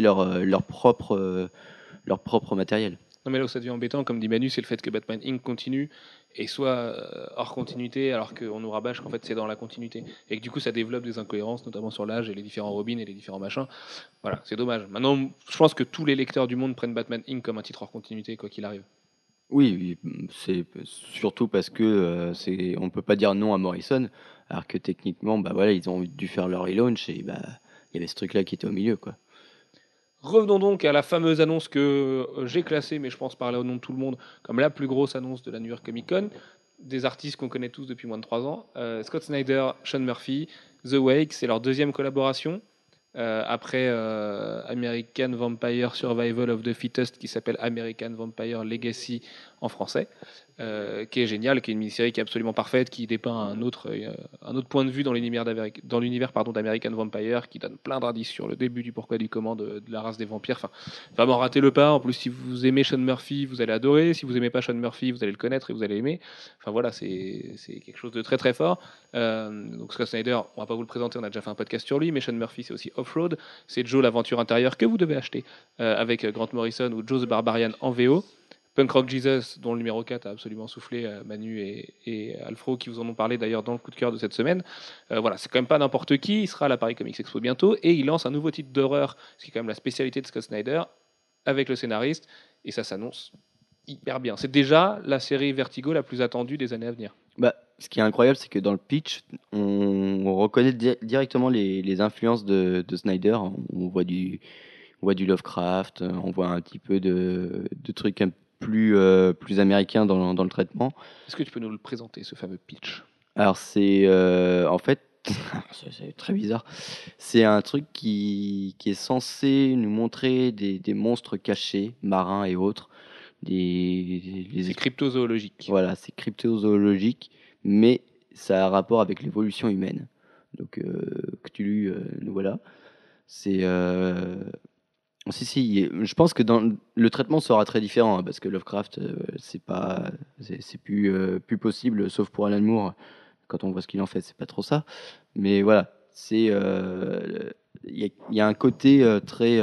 leur propre matériel. Non, mais là où ça devient embêtant, comme dit Manu, c'est le fait que Batman Inc. continue et soit hors continuité, alors qu'on nous rabâche qu'en fait c'est dans la continuité. Et que du coup ça développe des incohérences, notamment sur l'âge et les différents Robins et les différents machins. Voilà, c'est dommage. Maintenant, je pense que tous les lecteurs du monde prennent Batman Inc. comme un titre hors continuité, quoi qu'il arrive. Oui, c'est surtout parce que on peut pas dire non à Morrison, alors que techniquement, bah voilà, ils ont dû faire leur relaunch et bah il y avait ce truc-là qui était au milieu, quoi. Revenons donc à la fameuse annonce que j'ai classée, mais je pense parler au nom de tout le monde, comme la plus grosse annonce de la New York Comic Con. Des artistes qu'on connaît tous depuis moins de 3 ans. Scott Snyder, Sean Murphy, The Wake, c'est leur deuxième collaboration. Après American Vampire Survival of the Fittest, qui s'appelle American Vampire Legacy en français, qui est génial, qui est une mini-série qui est absolument parfaite, qui dépeint un autre point de vue dans l'univers d'American Vampire, qui donne plein d'indices sur le début du pourquoi du comment de la race des vampires. Enfin, vraiment ratez le pas. En plus, si vous aimez Sean Murphy, vous allez adorer. Si vous aimez pas Sean Murphy, vous allez le connaître et vous allez aimer. Enfin voilà, c'est quelque chose de très très fort. Donc Scott Snyder, on va pas vous le présenter, on a déjà fait un podcast sur lui, mais Sean Murphy c'est aussi Off-Road, c'est Joe l'aventure intérieure que vous devez acheter avec Grant Morrison ou Joe the Barbarian en VO. Punk Rock Jesus, dont le numéro 4 a absolument soufflé, Manu et Alfro qui vous en ont parlé d'ailleurs dans le coup de cœur de cette semaine. Voilà, c'est quand même pas n'importe qui, il sera à la Paris Comics Expo bientôt et il lance un nouveau titre d'horreur, ce qui est quand même la spécialité de Scott Snyder, avec le scénariste, et ça s'annonce hyper bien. C'est déjà la série Vertigo la plus attendue des années à venir. Bah, ce qui est incroyable, c'est que dans le pitch, on reconnaît directement les influences de Snyder. On voit du Lovecraft, on voit un petit peu de trucs plus américains dans le traitement. Est-ce que tu peux nous le présenter, ce fameux pitch? Alors en fait, c'est très bizarre. C'est un truc qui est censé nous montrer des monstres cachés, marins et autres. C'est cryptozoologique. Voilà, c'est cryptozoologique, mais ça a un rapport avec l'évolution humaine. Donc, Cthulhu, nous voilà. C'est. Si, je pense que le traitement sera très différent, hein, parce que Lovecraft, c'est plus possible, sauf pour Alan Moore. Quand on voit ce qu'il en fait, c'est pas trop ça. Mais voilà, il y a un côté très.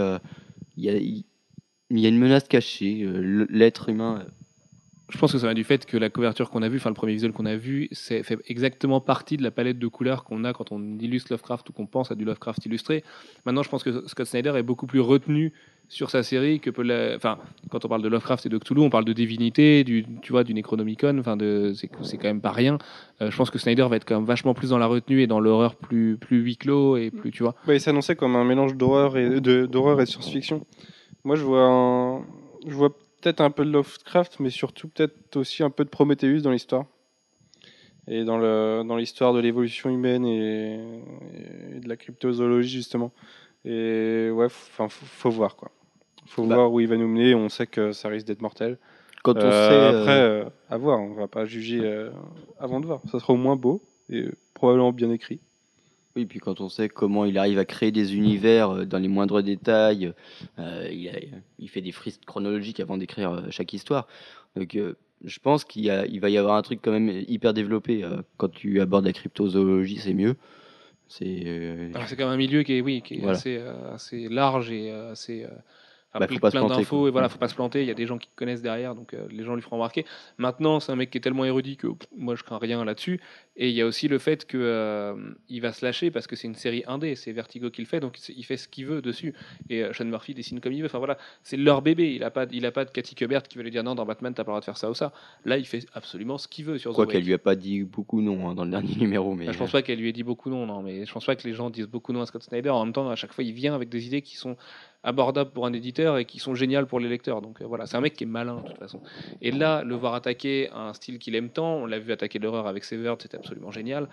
Il y a une menace cachée. L'être humain. Je pense que ça vient du fait que la couverture qu'on a vue, enfin le premier visuel qu'on a vu, c'est fait exactement partie de la palette de couleurs qu'on a quand on illustre Lovecraft ou qu'on pense à du Lovecraft illustré. Maintenant, je pense que Scott Snyder est beaucoup plus retenu sur sa série que enfin, quand on parle de Lovecraft et de Cthulhu, on parle de divinité, tu vois, du Necronomicon. Enfin, c'est quand même pas rien. Je pense que Snyder va être quand même vachement plus dans la retenue et dans l'horreur plus huis clos et plus, tu vois. Bah, il s'annonçait comme un mélange d'horreur d'horreur et de science-fiction. Moi, je vois peut-être un peu de Lovecraft, mais surtout peut-être aussi un peu de Prometheus dans l'histoire. Et dans l'histoire de l'évolution humaine et de la cryptozoologie, justement. Et ouais, faut voir, quoi. Faut Bah. voir où il va nous mener. On sait que ça risque d'être mortel. Quand on sait. Après, à voir. On va pas juger avant de voir. Ça sera au moins beau et probablement bien écrit. Oui, puis quand on sait comment il arrive à créer des univers dans les moindres détails, il fait des frises chronologiques avant d'écrire chaque histoire. Donc je pense il va y avoir un truc quand même hyper développé. Quand tu abordes la cryptozoologie, c'est mieux. Alors, c'est quand même un milieu qui est Voilà. assez large et assez. Enfin, Faut pas se plein planter, d'infos quoi. et voilà, faut pas se planter. Il y a des gens qui connaissent derrière, donc les gens lui feront remarquer. Maintenant, c'est un mec qui est tellement érudit que moi je crains rien là-dessus. Et il y a aussi le fait que il va se lâcher parce que c'est une série indé, c'est Vertigo qui le fait, donc il fait ce qu'il veut dessus. Et Sean Murphy dessine comme il veut. Enfin voilà, c'est leur bébé. Il a pas de Cathy Kubert qui va lui dire non, dans Batman t'as pas le droit de faire ça ou ça. Là, il fait absolument ce qu'il veut sur Quoi The qu'elle Wake. lui a pas dit beaucoup non dans le dernier numéro, mais Je pense pas qu'elle lui ait dit beaucoup non, mais je pense pas que les gens disent beaucoup non à Scott Snyder. En même temps, à chaque fois, il vient avec des idées qui sont abordables pour un éditeur et qui sont géniales pour les lecteurs. Donc voilà, c'est un mec qui est malin de toute façon. Et là, le voir attaquer un style qu'il aime tant, on l'a vu attaquer l'horreur avec Severed, c'était absolument génial.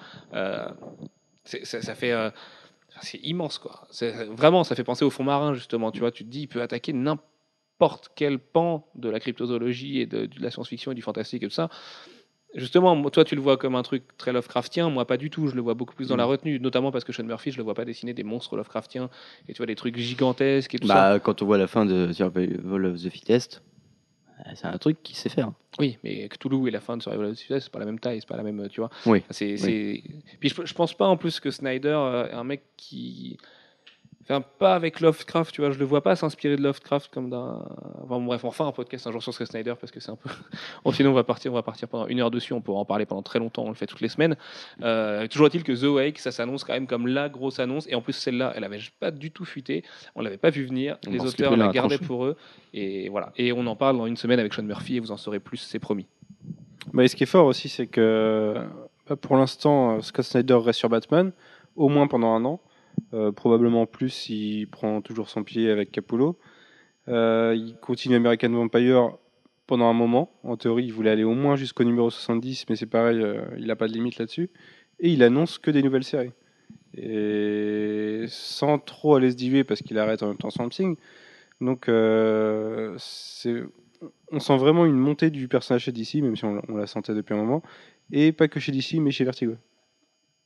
Ça fait, c'est immense quoi. Vraiment, ça fait penser au fond marin justement. Tu vois, tu te dis, il peut attaquer n'importe quel pan de la cryptozoologie et de la science-fiction et du fantastique et tout ça. Justement, toi tu le vois comme un truc très Lovecraftien, moi pas du tout, je le vois beaucoup plus dans la retenue, notamment parce que Sean Murphy, je le vois pas dessiner des monstres Lovecraftiens et tu vois des trucs gigantesques et tout ça. quand on voit la fin de Survival of the Fittest, c'est un truc qu'il sait faire. Oui, mais Cthulhu et la fin de Survival of the Fittest, c'est pas la même taille, c'est pas la même, tu vois. Oui. Puis je pense pas en plus que Snyder est un mec qui. Enfin, pas avec Lovecraft, tu vois, je le vois pas s'inspirer de Lovecraft comme d'un. Enfin, bref, enfin un podcast un jour sur Scott Snyder parce que c'est un peu. Sinon, on va partir pendant 1 heure dessus, on pourra en parler pendant très longtemps, on le fait toutes les semaines. Toujours est-il que The Wake, ça s'annonce quand même comme la grosse annonce, et en plus, celle-là, elle avait pas du tout fuité, on l'avait pas vu venir, les Parce que auteurs là, la a gardaient tranché. pour eux, et voilà. Et on en parle dans 1 semaine avec Sean Murphy, et vous en saurez plus, c'est promis. Bah, et ce qui est fort aussi, c'est que pour l'instant, Scott Snyder reste sur Batman, au moins pendant 1 an. Probablement plus s'il prend toujours son pied avec Capullo. Il continue American Vampire pendant un moment. En théorie, il voulait aller au moins jusqu'au numéro 70, mais c'est pareil, il n'a pas de limite là-dessus. Et il annonce que des nouvelles séries. Et sans trop aller se diluer parce qu'il arrête en même temps Swamp Thing. Donc, on sent vraiment une montée du personnage chez DC, même si on la sentait depuis un moment. Et pas que chez DC, mais chez Vertigo. Comment ?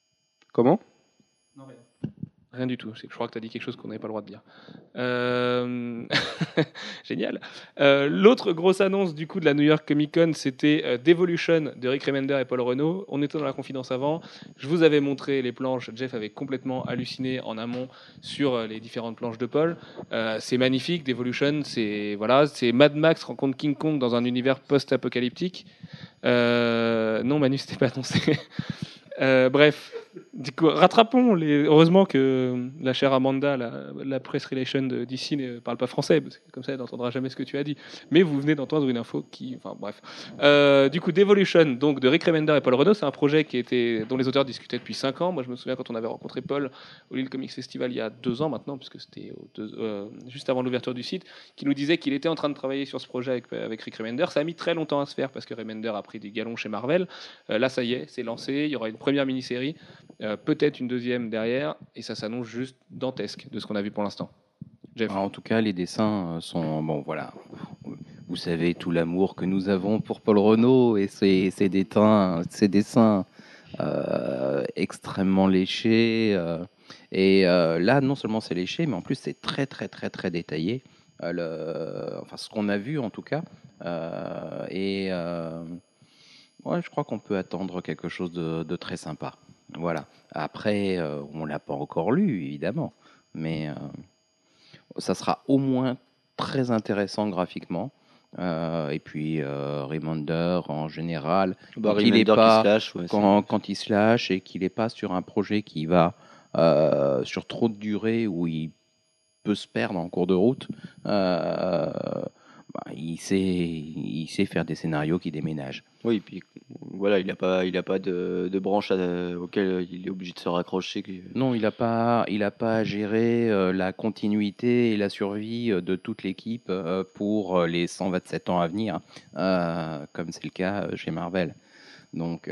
Rien du tout. Je crois que tu as dit quelque chose qu'on n'avait pas le droit de dire. Génial. L'autre grosse annonce du coup de la New York Comic Con, c'était Devolution de Rick Remender et Paul Renaud. On était dans la confidence avant. Je vous avais montré les planches. Jeff avait complètement halluciné en amont sur les différentes planches de Paul. C'est magnifique. Devolution, c'est Mad Max rencontre King Kong dans un univers post-apocalyptique. Non, Manu, c'était pas annoncé. Bref, du coup, rattrapons les. Heureusement que la chère Amanda, la press relation d'ici, ne parle pas français, parce que comme ça, elle n'entendra jamais ce que tu as dit. Mais vous venez d'entendre une info qui. Enfin, bref. Du coup, Devolution, donc de Rick Remender et Paul Renaud, c'est un projet dont les auteurs discutaient depuis 5 ans. Moi, je me souviens quand on avait rencontré Paul au Lille Comics Festival il y a 2 ans maintenant, puisque c'était juste avant l'ouverture du site, qui nous disait qu'il était en train de travailler sur ce projet avec Rick Remender. Ça a mis très longtemps à se faire parce que Remender a pris des galons chez Marvel. Là, ça y est, c'est lancé. Il y aura une première mini-série, peut-être une deuxième derrière, et ça s'annonce juste dantesque de ce qu'on a vu pour l'instant. Jeff. En tout cas, les dessins sont bon. Voilà, vous savez tout l'amour que nous avons pour Paul Renaud et ses dessins extrêmement léchés. Là, non seulement c'est léché, mais en plus c'est très très très très détaillé. Enfin, ce qu'on a vu en tout cas. Ouais, je crois qu'on peut attendre quelque chose de très sympa. Voilà. Après, on l'a pas encore lu, évidemment, mais ça sera au moins très intéressant graphiquement. Et puis Remender en général, quand il est pas, quand il se lâche et qu'il n'est pas sur un projet qui va sur trop de durée où il peut se perdre en cours de route. Il sait faire des scénarios qui déménagent. Oui, puis voilà, il a pas de branche auquel il est obligé de se raccrocher. Non, il a pas à gérer la continuité et la survie de toute l'équipe pour les 127 ans à venir, comme c'est le cas chez Marvel. Donc,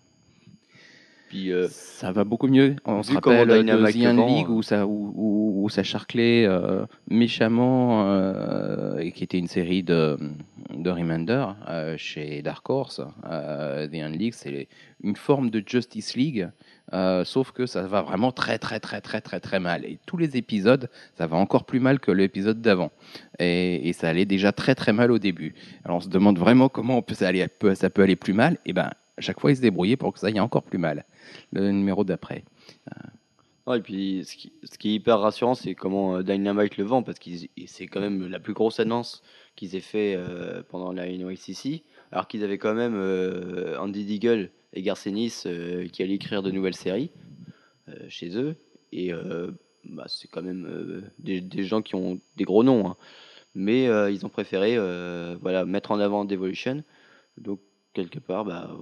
Puis ça va beaucoup mieux. On se vu comment rappelle de Dynamite The le End vend, League où ça charclait méchamment et qui était une série de Remender chez Dark Horse. The End League, c'est une forme de Justice League, sauf que ça va vraiment très très très très très très mal. Et tous les épisodes, ça va encore plus mal que l'épisode d'avant. Et ça allait déjà très très mal au début. Alors on se demande vraiment comment ça peut aller plus mal. Et ben à chaque fois, ils se débrouillaient pour que ça aille encore plus mal. Le numéro d'après. ouais, et puis ce qui est hyper rassurant, c'est comment Dynamite le vend, parce que c'est quand même la plus grosse annonce qu'ils aient fait pendant la NYCC, alors qu'ils avaient quand même Andy Deagle et Garcenis qui allaient écrire de nouvelles séries chez eux. Et c'est quand même des gens qui ont des gros noms, hein. Mais ils ont préféré voilà, mettre en avant Devolution. Donc, quelque part,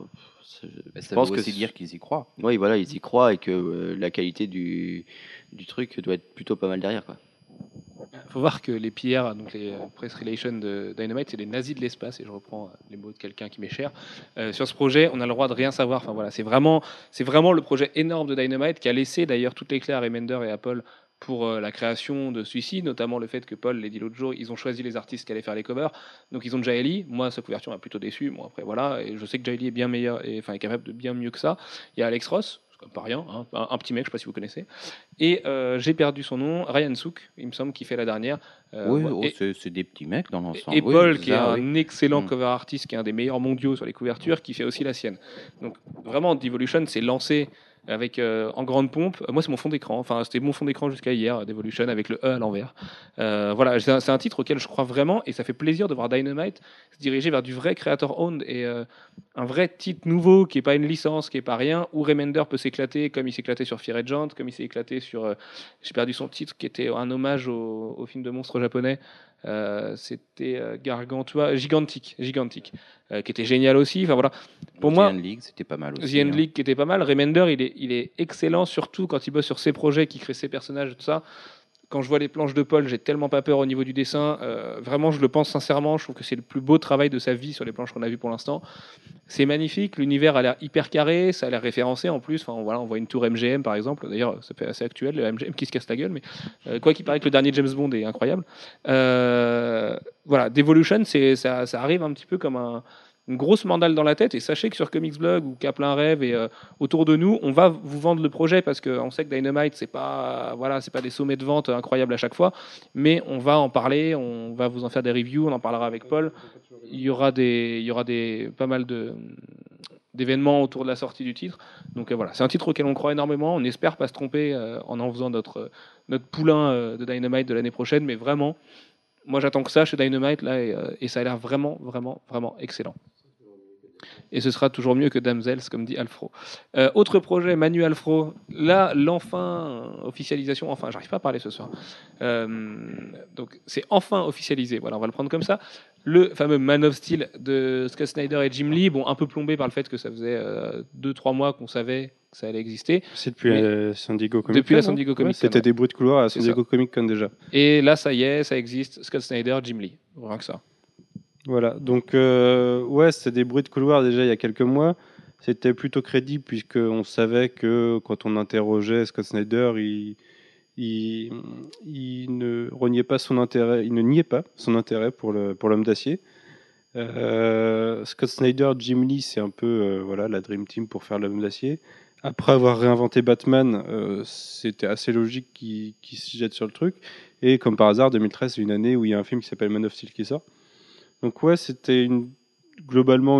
je Ça pense veut que aussi dire qu'ils y croient. oui, voilà, ils y croient et que la qualité du truc doit être plutôt pas mal derrière, quoi. Il faut voir que les PR, donc les press relations de Dynamite, c'est les nazis de l'espace, et je reprends les mots de quelqu'un qui m'est cher. Sur ce projet, on a le droit de rien savoir. Enfin voilà, c'est vraiment le projet énorme de Dynamite qui a laissé d'ailleurs toutes les clés à Remender et Apple pour la création de celui-ci, notamment le fait que Paul l'a dit l'autre jour, ils ont choisi les artistes qui allaient faire les covers. Donc ils ont Jay Lee. Moi, sa couverture m'a plutôt déçu. Bon après voilà, et je sais que Jay Lee est bien meilleur, et enfin est capable de bien mieux que ça. Il y a Alex Ross, c'est quand même pas rien, hein, un petit mec, je sais pas si vous connaissez. Et j'ai perdu son nom, Ryan Sook, il me semble, qui fait la dernière. Oui, Voilà. c'est des petits mecs dans l'ensemble. Et Oui, Paul, c'est qui est ça, un excellent Mm. cover artist, qui est un des meilleurs mondiaux sur les couvertures, qui fait aussi la sienne. Donc vraiment, Devolution s'est lancé avec en grande pompe. Moi, c'est mon fond d'écran. Enfin, c'était mon fond d'écran jusqu'à hier, Devolution, avec le E à l'envers. Voilà, c'est un titre auquel je crois vraiment, et ça fait plaisir de voir Dynamite se diriger vers du vrai creator owned et un vrai titre nouveau qui est pas une licence, qui est pas rien, où Remender peut s'éclater comme il s'éclatait sur Fear Agent, comme il s'est éclaté sur j'ai perdu son titre, qui était un hommage au film de monstres japonais. C'était Gargantua, Gigantic, qui était génial aussi. Enfin voilà, pour The moi, End League, c'était pas mal The aussi. End hein. League qui était pas mal. Remender, il est excellent, surtout quand il bosse sur ses projets, qui crée ses personnages, tout ça. Quand je vois les planches de Paul, j'ai tellement pas peur au niveau du dessin. Vraiment, je le pense sincèrement. Je trouve que c'est le plus beau travail de sa vie sur les planches qu'on a vues pour l'instant. C'est magnifique. L'univers a l'air hyper carré. Ça a l'air référencé en plus. Enfin, voilà, on voit une tour MGM par exemple. D'ailleurs, ça fait assez actuel, le MGM qui se casse la gueule. Mais quoi qu'il paraît que le dernier James Bond est incroyable. Voilà, Devolution, ça arrive un petit peu comme une grosse mandale dans la tête. Et sachez que sur Comics Blog ou Kaplan Rêve et autour de nous, on va vous vendre le projet, parce qu'on sait que Dynamite, c'est pas des sommets de vente incroyables à chaque fois, mais on va en parler, on va vous en faire des reviews, on en parlera avec Paul. Il y aura pas mal d'événements autour de la sortie du titre. Donc voilà, c'est un titre auquel on croit énormément. On espère pas se tromper en faisant notre poulain de Dynamite de l'année prochaine, mais vraiment, moi j'attends que ça chez Dynamite là, et ça a l'air vraiment, vraiment, vraiment excellent. Et ce sera toujours mieux que Damsels, comme dit Alfro. Autre projet, Manu Alfro. Là, officialisation, enfin, j'arrive pas à parler ce soir. Donc, c'est enfin officialisé. Voilà, on va le prendre comme ça. Le fameux Man of Steel de Scott Snyder et Jim Lee, bon, un peu plombé par le fait que ça faisait 2-3 mois qu'on savait que ça allait exister. C'est depuis Mais- San Diego Comic Con. Depuis la non San Diego Ouais, Comic Con, C'était ouais. des bruits de couloir à C'est San Diego Comic Con déjà. Et là, ça y est, ça existe. Scott Snyder, Jim Lee. Rien que ça. Voilà, donc ouais, c'était des bruits de couloir déjà il y a quelques mois. C'était plutôt crédible puisqu'on savait que quand on interrogeait Scott Snyder, il ne reniait pas son intérêt, il ne niait pas son intérêt pour l'homme d'acier. Scott Snyder, Jim Lee, c'est un peu voilà, la Dream Team pour faire l'homme d'acier. Après avoir réinventé Batman, c'était assez logique qu'il se jette sur le truc. Et comme par hasard, 2013, c'est une année où il y a un film qui s'appelle Man of Steel qui sort. Donc ouais, c'était globalement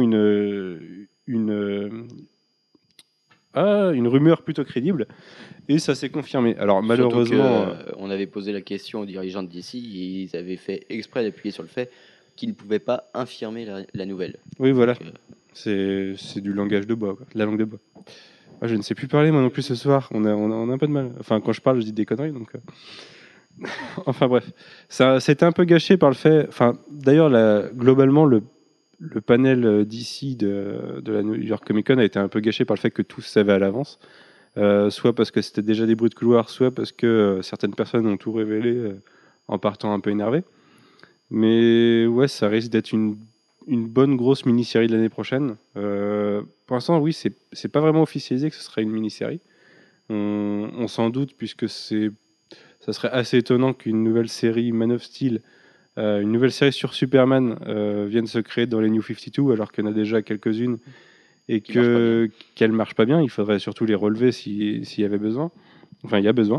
une rumeur plutôt crédible, et ça s'est confirmé. Alors malheureusement, Surtout que, on avait posé la question aux dirigeants de DC, et ils avaient fait exprès d'appuyer sur le fait qu'ils ne pouvaient pas infirmer la nouvelle. oui voilà, Donc, c'est du langage de bois, quoi, de la langue de bois. Ah, je ne sais plus parler moi non plus ce soir, on a un peu de mal. Enfin, quand je parle, je dis des conneries, donc Enfin bref, ça c'était un peu gâché par le fait. Enfin, d'ailleurs, globalement, le panel d'ici de la New York Comic Con a été un peu gâché par le fait que tout se savait à l'avance. Soit parce que c'était déjà des bruits de couloir, soit parce que certaines personnes ont tout révélé en partant un peu énervés. Mais ouais, ça risque d'être une bonne grosse mini-série de l'année prochaine. Pour l'instant, oui, c'est pas vraiment officialisé que ce sera une mini-série. On s'en doute puisque ça serait assez étonnant qu'une nouvelle série Man of Steel, une nouvelle série sur Superman vienne se créer dans les New 52 alors qu'il y en a déjà quelques-unes et Qui marchent pas bien. qu'elles marchent pas bien. Il faudrait surtout les relever s'il y avait besoin. Enfin, il y a besoin.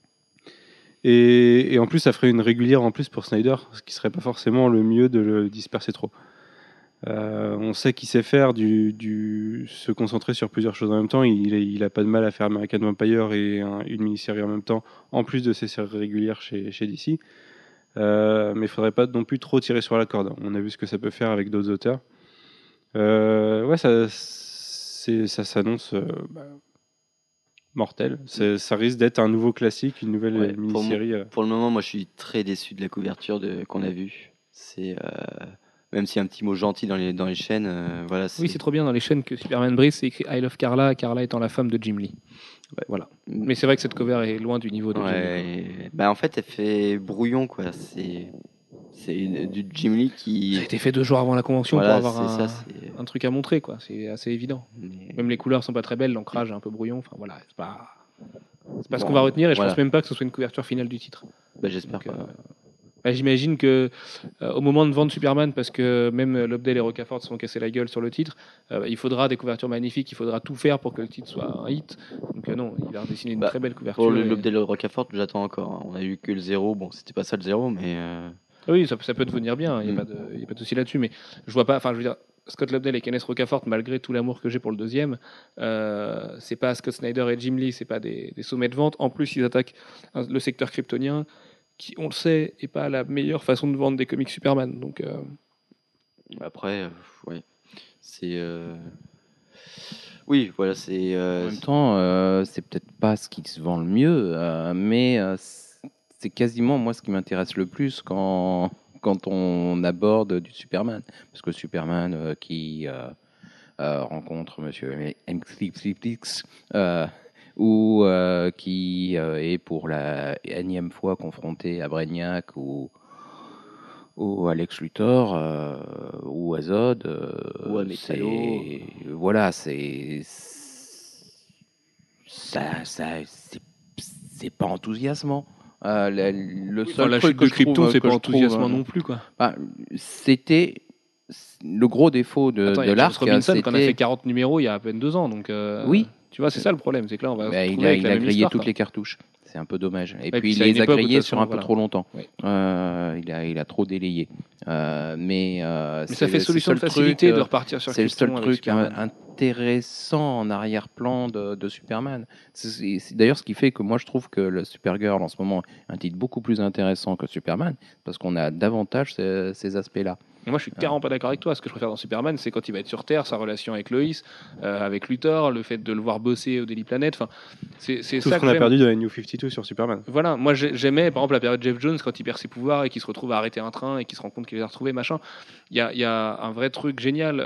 Et en plus, ça ferait une régulière en plus pour Snyder, ce qui serait pas forcément le mieux de le disperser trop. On sait qu'il sait faire se concentrer sur plusieurs choses en même temps. Il a pas de mal à faire American Vampire et une mini-série en même temps, en plus de ses séries régulières chez DC. Mais il faudrait pas non plus trop tirer sur la corde. On a vu ce que ça peut faire avec d'autres auteurs. Ouais, ça s'annonce mortel. Ça risque d'être un nouveau classique, une nouvelle Ouais, mini-série. Pour le moment, moi, je suis très déçu de la couverture qu'on a vue. C'est même s'il y a un petit mot gentil dans les chaînes, voilà. Oui, c'est trop bien dans les chaînes que Superman brise, c'est écrit I love Carla, Carla étant la femme de Jim Lee. Ouais. Voilà. Mais c'est vrai que cette cover est loin du niveau de Jim Lee. Ouais, bah en fait, elle fait brouillon, quoi. C'est du Jim Lee Ça a qui. été fait 2 jours avant la convention Voilà, pour avoir c'est ça. un truc à montrer, quoi. C'est assez évident. Mais- Même les couleurs sont pas très belles, l'ancrage est un peu brouillon. Enfin voilà, c'est pas ce Bon, qu'on va retenir et je voilà. pense même pas que ce soit une couverture finale du titre. Bah, j'espère Donc, pas. bah, j'imagine que au moment de vendre Superman, parce que même Lobdell et Rocafort se sont cassés la gueule sur le titre, il faudra des couvertures magnifiques, il faudra tout faire pour que le titre soit un hit. Donc non, il va redessiner une Bah, très belle couverture. Pour le et- Lobdell Rocafort, j'attends encore, hein. On a eu que le 0. Bon, c'était pas ça le 0, mais. Ah oui, ça peut devenir bien, il n'y Mm. a pas de souci là-dessus, mais je vois pas, enfin je veux dire, Scott Lobdell et Kenneth Rocafort, malgré tout l'amour que j'ai pour le deuxième, c'est pas Scott Snyder et Jim Lee, c'est pas des sommets de vente. En plus, ils attaquent le secteur kryptonien, qui, on le sait, est pas la meilleure façon de vendre des comics Superman. Donc, Après, ouais. C'est. Oui, voilà, c'est. En même temps, c'est peut-être pas ce qui se vend le mieux, mais c'est quasiment moi ce qui m'intéresse le plus quand on aborde du Superman. Parce que Superman qui rencontre Monsieur M666 ou qui est pour la énième fois confronté à Brainiac ou à Lex Luthor ou à Zod, Ou à Metallo. voilà, c'est pas enthousiasmant. Le enfin, seul la truc chute que de je trouve, Krypton, c'est que pas je trouve, enthousiasmant non plus, quoi. bah, c'était le gros défaut de Attends, il y a l'arc. James Robinson qu'on a fait C'était 40 numéros il y a à peine 2 ans, donc oui, tu vois, c'est ça le problème, c'est que là on va se bah, retrouver avec il la a même grillé histoire, toutes quoi. les cartouches. C'est un peu dommage. Et Ouais, puis il c'est à une les a époque où, de grillées toute sur façon, un peu voilà. trop longtemps. Oui. Il a trop délayé. Mais Mais ça fait solution de le facilité truc, de repartir sur c'est le seul Krypton avec truc Superman. intéressant en arrière-plan de Superman. C'est d'ailleurs ce qui fait que moi je trouve que le Supergirl en ce moment est un titre beaucoup plus intéressant que Superman parce qu'on a davantage ces aspects-là. Et moi, je suis carrément pas d'accord avec toi. Ce que je préfère dans Superman, c'est quand il va être sur Terre, sa relation avec Lois, avec Luthor, le fait de le voir bosser au Daily Planet. Enfin, c'est Tout ça ce que qu'on a j'aime. perdu dans la New 52 sur Superman. Voilà, moi j'aimais par exemple la période Jeff Jones quand il perd ses pouvoirs et qu'il se retrouve à arrêter un train et qu'il se rend compte qu'il les a retrouvés, machin. Il y a un vrai truc génial.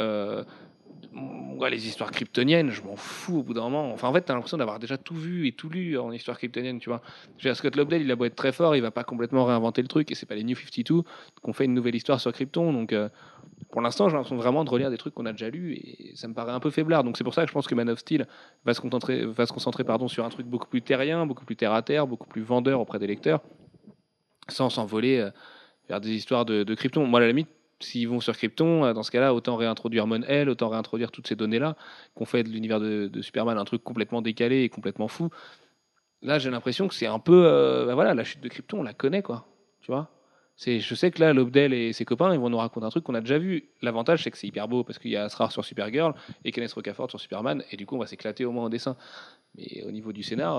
Ouais, les histoires kryptoniennes, je m'en fous au bout d'un moment. Enfin, en fait, t'as l'impression d'avoir déjà tout vu et tout lu en histoire kryptonienne, tu vois. Je veux dire, Scott Lobdell, il a beau être très fort, il va pas complètement réinventer le truc et c'est pas les New 52 qu'on fait une nouvelle histoire sur Krypton. Donc, pour l'instant, j'ai l'impression vraiment de relire des trucs qu'on a déjà lus et ça me paraît un peu faiblard. Donc, c'est pour ça que je pense que Man of Steel va se concentrer sur un truc beaucoup plus terrien, beaucoup plus terre à terre, beaucoup plus vendeur auprès des lecteurs, sans s'envoler vers des histoires de Krypton. Moi, à la limite, s'ils vont sur Krypton, dans ce cas-là, autant réintroduire Mon-El, autant réintroduire toutes ces données-là, qu'on fait de l'univers de Superman un truc complètement décalé et complètement fou. Là, j'ai l'impression que c'est un peu, voilà, la chute de Krypton, on la connaît, quoi. Tu vois. Je sais que là, Lobdell et ses copains, ils vont nous raconter un truc qu'on a déjà vu. L'avantage, c'est que c'est hyper beau parce qu'il y a Asrar sur Supergirl et Kenneth Rocafort sur Superman, et du coup, on va s'éclater au moins en dessin. Mais au niveau du scénar,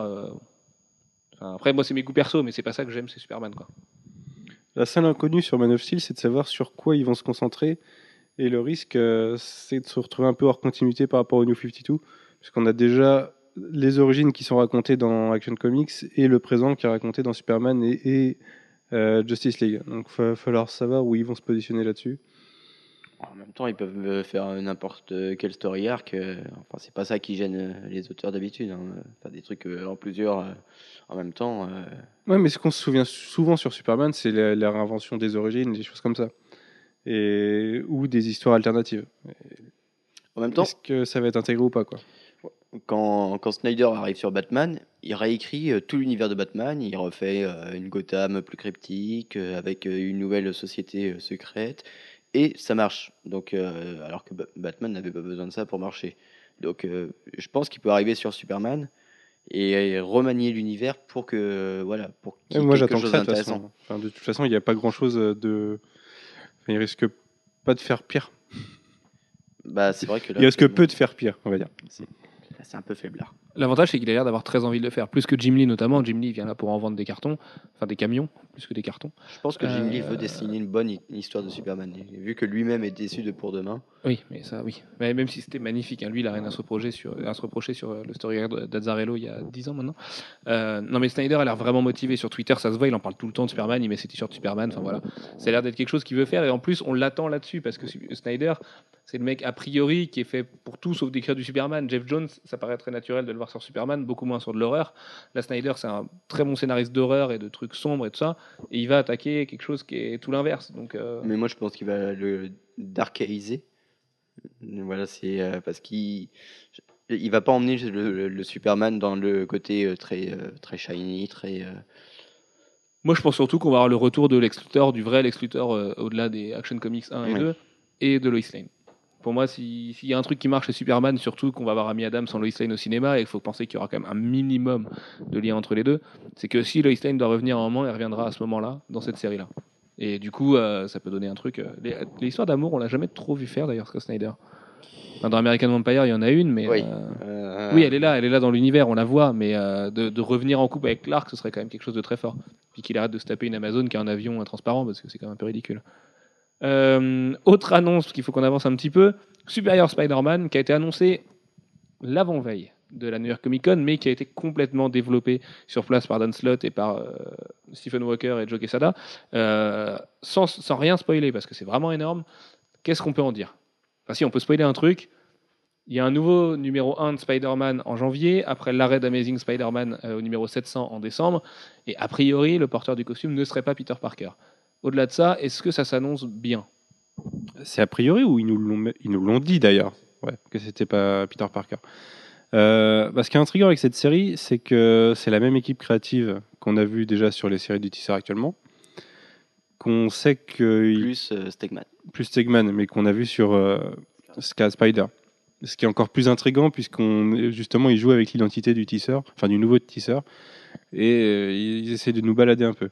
après, moi, c'est mes goûts perso, mais c'est pas ça que j'aime, c'est Superman, quoi. La seule inconnue sur Man of Steel, c'est de savoir sur quoi ils vont se concentrer. Et le risque, c'est de se retrouver un peu hors continuité par rapport au New 52. Puisqu'on a déjà les origines qui sont racontées dans Action Comics et le présent qui est raconté dans Superman et Justice League. Donc il va falloir savoir où ils vont se positionner là-dessus. En même temps, ils peuvent faire n'importe quel story arc. Enfin, c'est pas ça qui gêne les auteurs d'habitude. Faire des trucs en plusieurs en même temps. Ouais, mais ce qu'on se souvient souvent sur Superman, c'est la réinvention des origines, des choses comme ça. Ou des histoires alternatives. En même temps, Est-ce que ça va être intégré ou pas, quoi? quand Snyder arrive sur Batman, il réécrit tout l'univers de Batman. Il refait une Gotham plus cryptique, avec une nouvelle société secrète. Et ça marche. Donc, alors que Batman n'avait pas besoin de ça pour marcher. Donc, je pense qu'il peut arriver sur Superman et remanier l'univers pour que voilà, pour qu'il y ait Moi, quelque j'attends que chose ça, de toute d'intéressant. façon. Enfin, de toute façon, il n'y a pas grand-chose de... Enfin, il risque pas de faire pire. Bah, c'est vrai que là, Il risque peu de faire pire, on va dire. c'est un peu faiblard. L'avantage, c'est qu'il a l'air d'avoir très envie de le faire. Plus que Jim Lee, notamment. Jim Lee il vient là pour en vendre des cartons. Enfin, des camions, plus que des cartons. Je pense que Jim Lee veut dessiner une bonne histoire de Superman. Et vu que lui-même est déçu de Pour Demain, Oui, mais ça, oui. Mais même si c'était magnifique, hein, lui, il a rien à se reprocher sur le story d'Azzarello il y a 10 ans maintenant. Non, mais Snyder a l'air vraiment motivé sur Twitter, ça se voit, il en parle tout le temps de Superman, il met ses t-shirts Superman, enfin voilà. Ça a l'air d'être quelque chose qu'il veut faire, et en plus, on l'attend là-dessus, parce que Snyder, c'est le mec a priori qui est fait pour tout sauf d'écrire du Superman. Jeff Jones, ça paraît très naturel de le voir sur Superman, beaucoup moins sur de l'horreur. Là, Snyder, c'est un très bon scénariste d'horreur et de trucs sombres et tout ça, et il va attaquer quelque chose qui est tout l'inverse. Donc, mais moi je pense qu'il va le darkiser. Voilà, c'est parce il va pas emmener le Superman dans le côté très shiny, très. Moi, je pense surtout qu'on va avoir le retour de Lex Luthor, du vrai Lex Luthor, au-delà des Action Comics 1 et Oui. 2, et de Lois Lane. Pour moi, s'il y a un truc qui marche chez Superman, surtout qu'on va avoir Amy Adams sans Lois Lane au cinéma, et il faut penser qu'il y aura quand même un minimum de lien entre les deux, c'est que si Lois Lane doit revenir à un moment, elle reviendra à ce moment-là, dans cette série-là. Et du coup, ça peut donner un truc. L'histoire d'amour, on l'a jamais trop vu faire d'ailleurs, Scott Snyder. Enfin, dans American Vampire, il y en a une, mais. Oui. Oui, elle est là dans l'univers, on la voit, mais de revenir en couple avec Clark, ce serait quand même quelque chose de très fort. Puis qu'il arrête de se taper une Amazon qui a un avion transparent, parce que c'est quand même un peu ridicule. Autre annonce, qu'il faut qu'on avance un petit peu, Superior Spider-Man, qui a été annoncé l'avant-veille de la New York Comic Con, mais qui a été complètement développé sur place par Dan Slott et par Stephen Walker et Joe Quesada, sans rien spoiler, parce que c'est vraiment énorme. Qu'est-ce qu'on peut en dire? Enfin si, on peut spoiler un truc. Il y a un nouveau numéro 1 de Spider-Man en janvier, après l'arrêt d'Amazing Spider-Man au numéro 700 en décembre, et a priori, le porteur du costume ne serait pas Peter Parker. Au-delà de ça, est-ce que ça s'annonce bien? C'est a priori ou ils nous l'ont dit d'ailleurs, ouais, que c'était pas Peter Parker. Ce qui est intriguant avec cette série, c'est que c'est la même équipe créative qu'on a vu déjà sur les séries du Tisser actuellement, qu'on sait que Plus Stegman. Stegman, mais qu'on a vu sur Spider. Ce qui est encore plus intriguant justement ils jouent avec l'identité du Tisser, enfin du nouveau Tisser, et ils essaient de nous balader un peu.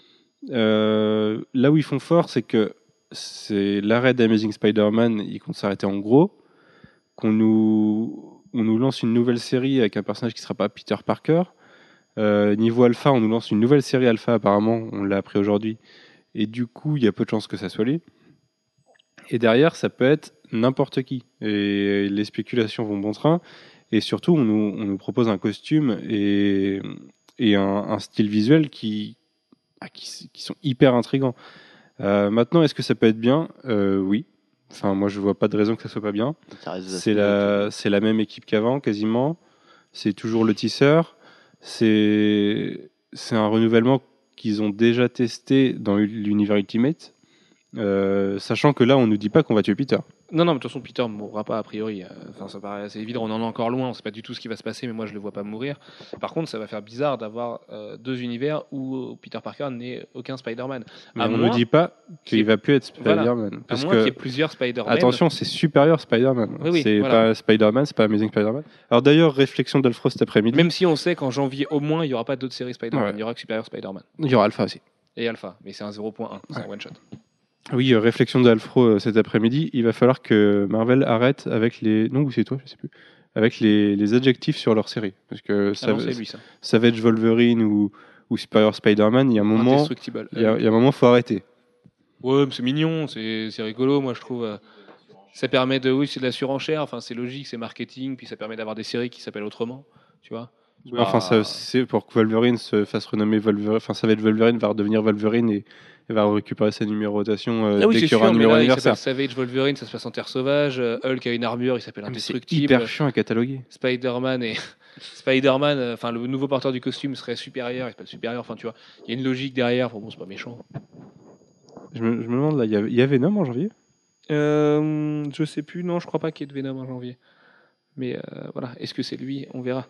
Là où ils font fort, c'est que c'est l'arrêt d'Amazing Spider-Man, ils comptent s'arrêter en gros, on nous lance une nouvelle série avec un personnage qui ne sera pas Peter Parker. Niveau alpha, on nous lance une nouvelle série alpha apparemment, on l'a appris aujourd'hui, et du coup il y a peu de chances que ça soit lui. Et derrière, ça peut être n'importe qui. Et les spéculations vont bon train. Et surtout, on nous propose un costume et un style visuel qui sont hyper intrigants. Maintenant, est-ce que ça peut être bien? Oui. Enfin, moi, je vois pas de raison que ça soit pas bien. C'est la même équipe qu'avant, quasiment. C'est toujours le tisseur. C'est un renouvellement qu'ils ont déjà testé dans l'univers Ultimate. Sachant que là, on nous dit pas qu'on va tuer Peter. Non, mais de toute façon, Peter ne mourra pas a priori. Enfin, ça paraît assez évident. On en est encore loin. On ne sait pas du tout ce qui va se passer, mais moi, je le vois pas mourir. Par contre, ça va faire bizarre d'avoir deux univers où Peter Parker n'est aucun Spider-Man. Mais on ne dit pas qu'il va plus être Spider-Man. Voilà. Parce à moins qu'il y ait plusieurs Spider-Man. Attention, c'est Superior Spider-Man. Oui, c'est voilà. pas Spider-Man, c'est pas Amazing Spider-Man. Alors d'ailleurs, réflexion d'Alfro cet après-midi. Même si on sait qu'en janvier, au moins, il n'y aura pas d'autres séries Spider-Man. Ouais. Il y aura que Superior Spider-Man. Il y aura Alpha aussi. Et Alpha, mais c'est un 0.1, c'est un one-shot. Oui, réflexion d'Alfro cet après-midi. Il va falloir que Marvel arrête avec les... Non, ou c'est toi, je sais plus. Avec les adjectifs sur leur série. Parce que c'est lui, ça. Savage Wolverine ou Superior Spider-Man, il y a un moment... Indestructible. Il y a un moment, il faut arrêter. Ouais, mais c'est mignon, c'est rigolo, moi je trouve. Ça permet de... Oui, c'est de la surenchère, enfin c'est logique, c'est marketing, puis ça permet d'avoir des séries qui s'appellent autrement. tu vois. Oui, enfin, ça, c'est pour que Wolverine se fasse renommer Wolverine. Enfin, ça va être Wolverine, va redevenir Wolverine et va récupérer sa numérotation Ah oui, dès c'est qu'il y aura un sûr, mais numéro là, il anniversaire. s'appelle Savage Wolverine, ça se passe en Terre Sauvage. Hulk a une armure, il s'appelle Ah, mais c'est Indestructible. hyper chiant à cataloguer. Spider-Man et Spider-Man, enfin le nouveau porteur du costume serait supérieur, il s'appelle supérieur, enfin tu vois, il y a une logique derrière, bon c'est pas méchant. Je me demande, là, il y a Venom en janvier? Je sais plus, non je crois pas qu'il y ait de Venom en janvier. Mais voilà, est-ce que c'est lui? On verra.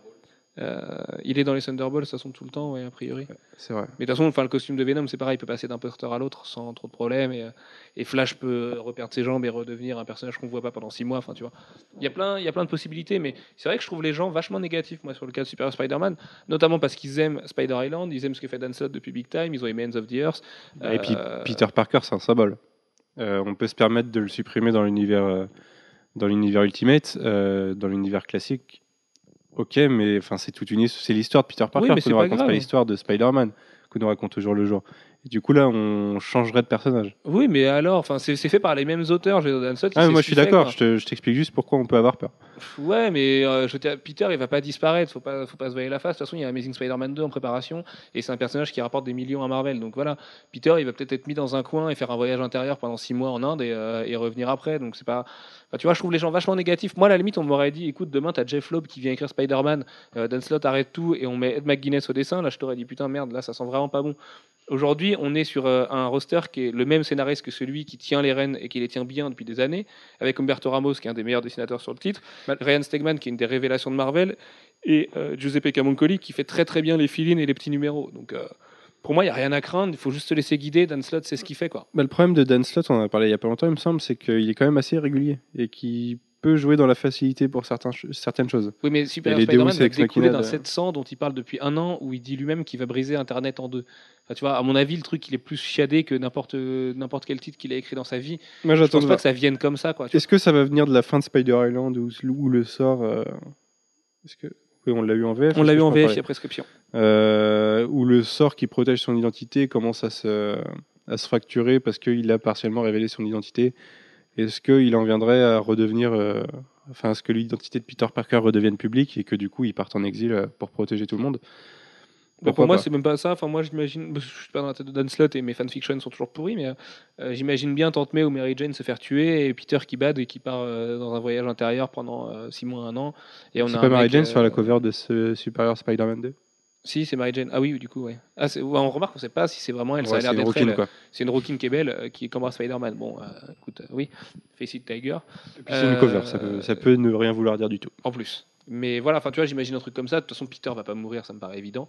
Il est dans les Thunderbolts, ça sont tout le temps, ouais, a priori. C'est vrai. Mais de toute façon, enfin, le costume de Venom, c'est pareil, il peut passer d'un porteur à l'autre sans trop de problèmes. Et Flash peut reperdre ses jambes et redevenir un personnage qu'on voit pas pendant 6 mois. Enfin, tu vois, il y a plein de possibilités. Mais c'est vrai que je trouve les gens vachement négatifs, moi, sur le cas de Super Spider-Man, notamment parce qu'ils aiment Spider Island, ils aiment ce que fait Dan Slott depuis Big Time, ils ont aimé Ends of the Earth. Et puis Peter Parker, c'est un symbole. On peut se permettre de le supprimer dans l'univers Ultimate, dans l'univers classique. Ok, mais enfin c'est l'histoire de Peter Parker mais qu'on c'est nous pas raconte, pas grave. l'histoire de Spider-Man qu'on nous raconte au jour le jour. Et du coup là, on changerait de personnage. Oui, mais alors, enfin, c'est fait par les mêmes auteurs. Dan Slott, il Ah, mais sait moi ce je suis qu'il fait, d'accord. quoi. Je t'explique juste pourquoi on peut avoir peur. Ouais, mais Peter, il va pas disparaître, faut pas se voiler la face. De toute façon, il y a Amazing Spider-Man 2 en préparation, et c'est un personnage qui rapporte des millions à Marvel. Donc voilà, Peter, il va peut-être être mis dans un coin et faire un voyage intérieur pendant 6 mois en Inde et revenir après. Donc c'est pas. Enfin, tu vois, je trouve les gens vachement négatifs. Moi, à la limite, on m'aurait dit, écoute, demain, t'as Jeff Loeb qui vient écrire Spider-Man, Dan Slott arrête tout, et on met Ed McGuinness au dessin. Là, je t'aurais dit, putain, merde, là, ça sent vraiment pas bon. Aujourd'hui, on est sur un roster qui est le même scénariste que celui qui tient les rênes et qui les tient bien depuis des années, avec Humberto Ramos, qui est un des meilleurs dessinateurs sur le titre, Ryan Stegman, qui est une des révélations de Marvel, et Giuseppe Camuncoli, qui fait très très bien les fill-in et les petits numéros. Donc pour moi, il n'y a rien à craindre, il faut juste se laisser guider. Dan Slott, c'est ce qu'il fait, quoi. Le problème de Dan Slott, on en a parlé il y a pas longtemps, il me semble, c'est qu'il est quand même assez régulier et qu'il peut jouer dans la facilité pour certaines choses. Oui, mais Super les Spider-Man Deus va Ex découler Machina d'un 700 dont il parle depuis un an, où il dit lui-même qu'il va briser Internet en deux. Enfin, tu vois, à mon avis, le truc, il est plus chiadé que n'importe quel titre qu'il a écrit dans sa vie. Moi, Je j'attends pense de pas voir. que ça vienne comme ça, quoi. Tu Est-ce que ça va venir de la fin de Spider Island où le sort Est-ce que oui, on l'a eu en VF. On l'a est-ce eu que en je peux VF, il parler y a prescription. Où le sort qui protège son identité commence à se fracturer parce qu'il a partiellement révélé son identité. Est-ce qu'il en viendrait à redevenir, enfin, est-ce que l'identité de Peter Parker redevienne publique et que du coup il parte en exil pour protéger tout le monde? Bon, pour Pourquoi moi, pas. c'est même pas ça. Enfin, moi, j'imagine. Je suis pas dans la tête de Dan Slott et mes fanfictions sont toujours pourris, mais j'imagine bien Tante May ou Mary Jane se faire tuer et Peter qui bade et qui part dans un voyage intérieur pendant 6 mois, 1 an. Et on C'est a pas un Mary mec, Jane sur la cover de ce Superior Spider-Man 2? Si, c'est Mary Jane. Ah oui, du coup, ouais. Ah, ouais, on remarque, on sait pas si c'est vraiment elle. Ça a Ouais, l'air c'est une d'être rouquine elle. quoi. C'est une Rookin qui est belle, qui est comme un Spider-Man. Bon, écoute, oui, Face It Tiger. Et puis c'est une cover, ça peut ne rien vouloir dire du tout. En plus. Mais voilà, enfin, tu vois, j'imagine un truc comme ça. De toute façon, Peter va pas mourir, ça me paraît évident.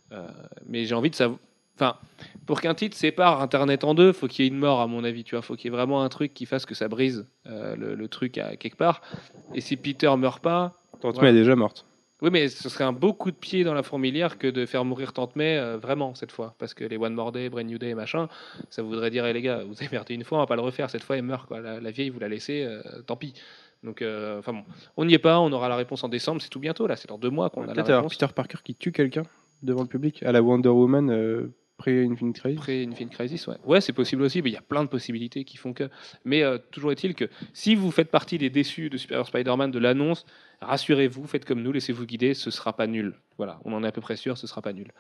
Mais j'ai envie de savoir. Enfin, pour qu'un titre sépare Internet en deux, faut qu'il y ait une mort, à mon avis. Tu vois, faut qu'il y ait vraiment un truc qui fasse que ça brise le truc à quelque part. Et si Peter meurt pas, Tante voilà. May est déjà morte. Oui, mais ce serait un beau coup de pied dans la fourmilière que de faire mourir Tante May, vraiment, cette fois. Parce que les One More Day, Brand New Day et machin, ça voudrait dire, les gars, vous avez merdé une fois, on va pas le refaire. Cette fois, elle meurt, quoi. La vieille, vous la laissez, tant pis. Donc, enfin bon, on n'y est pas, on aura la réponse en décembre, c'est tout bientôt, là, c'est dans 2 mois qu'on a la Peut-être avoir réponse. Peter Parker qui tue quelqu'un devant le public à la Wonder Woman pré-Infinite Crisis. Après Infinite Crisis, ouais. Ouais, c'est possible aussi, mais il y a plein de possibilités qui font que. Mais toujours est-il que si vous faites partie des déçus de Superior Spider-Man de l'annonce, rassurez-vous, faites comme nous, laissez-vous guider, ce sera pas nul. Voilà, on en est à peu près sûr, ce sera pas nul.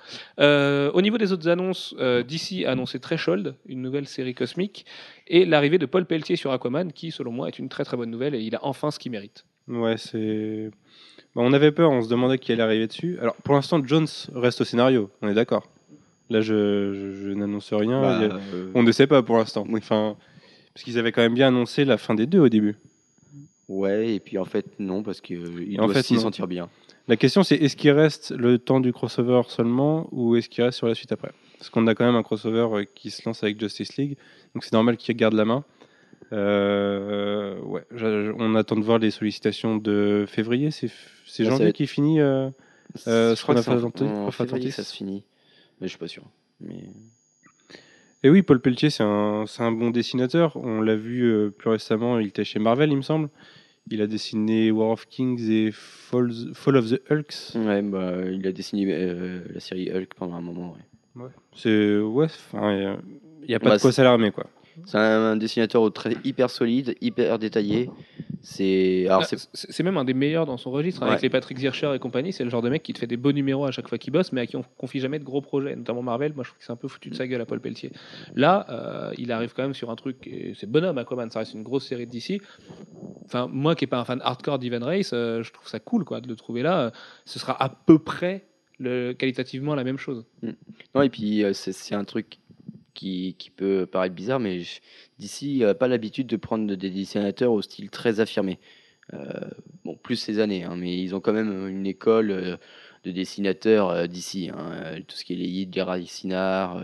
Au niveau des autres annonces, DC a annoncé Threshold, une nouvelle série cosmique, et l'arrivée de Paul Pelletier sur Aquaman, qui, selon moi, est une très très bonne nouvelle, et il a enfin ce qu'il mérite. Ouais, c'est. On avait peur, on se demandait qui allait arriver dessus. Alors, pour l'instant, Jones reste au scénario, on est d'accord. Là, je n'annonce rien. On ne sait pas pour l'instant. Oui. Enfin, parce qu'ils avaient quand même bien annoncé la fin des deux au début. Ouais, et puis en fait, non, parce qu'il En doit fait, s'y non. sentir bien. La question, c'est est-ce qu'il reste le temps du crossover seulement ou est-ce qu'il reste sur la suite après? Parce qu'on a quand même un crossover qui se lance avec Justice League, donc c'est normal qu'il garde la main. Ouais, on attend de voir les sollicitations de février. C'est Là, janvier qui finit. Je crois que c'est Atlantis, en Prophet février Atlantis. que ça se finit. Mais je suis pas sûr. Mais... Et oui, Paul Pelletier, c'est un bon dessinateur. On l'a vu plus récemment, il était chez Marvel, il me semble. Il a dessiné War of Kings et Fall of the Hulks. Ouais, bah, il a dessiné la série Hulk pendant un moment. Ouais. Ouais. Il n'y a pas Bah, de quoi s'alarmer, quoi. C'est un dessinateur au trait hyper solide, hyper détaillé. Alors Ah, c'est même un des meilleurs dans son registre. Avec Ouais. les Patrick Zircher et compagnie, c'est le genre de mec qui te fait des beaux numéros à chaque fois qu'il bosse, mais à qui on confie jamais de gros projets. Notamment Marvel, moi je trouve que c'est un peu foutu de sa gueule à Paul Pelletier. Là, il arrive quand même sur un truc, et c'est bonhomme Aquaman, ça reste une grosse série d'ici. Enfin, moi qui n'ai pas un fan hardcore d'Ivan Race, je trouve ça cool quoi, de le trouver là. Ce sera à peu près qualitativement la même chose. Non, et puis c'est un truc qui peut paraître bizarre, mais d'ici, pas l'habitude de prendre des dessinateurs au style très affirmé. Bon, plus ces années, hein, mais ils ont quand même une école de dessinateurs d'ici. Hein, tout ce qui est les Yid, les Raisinard,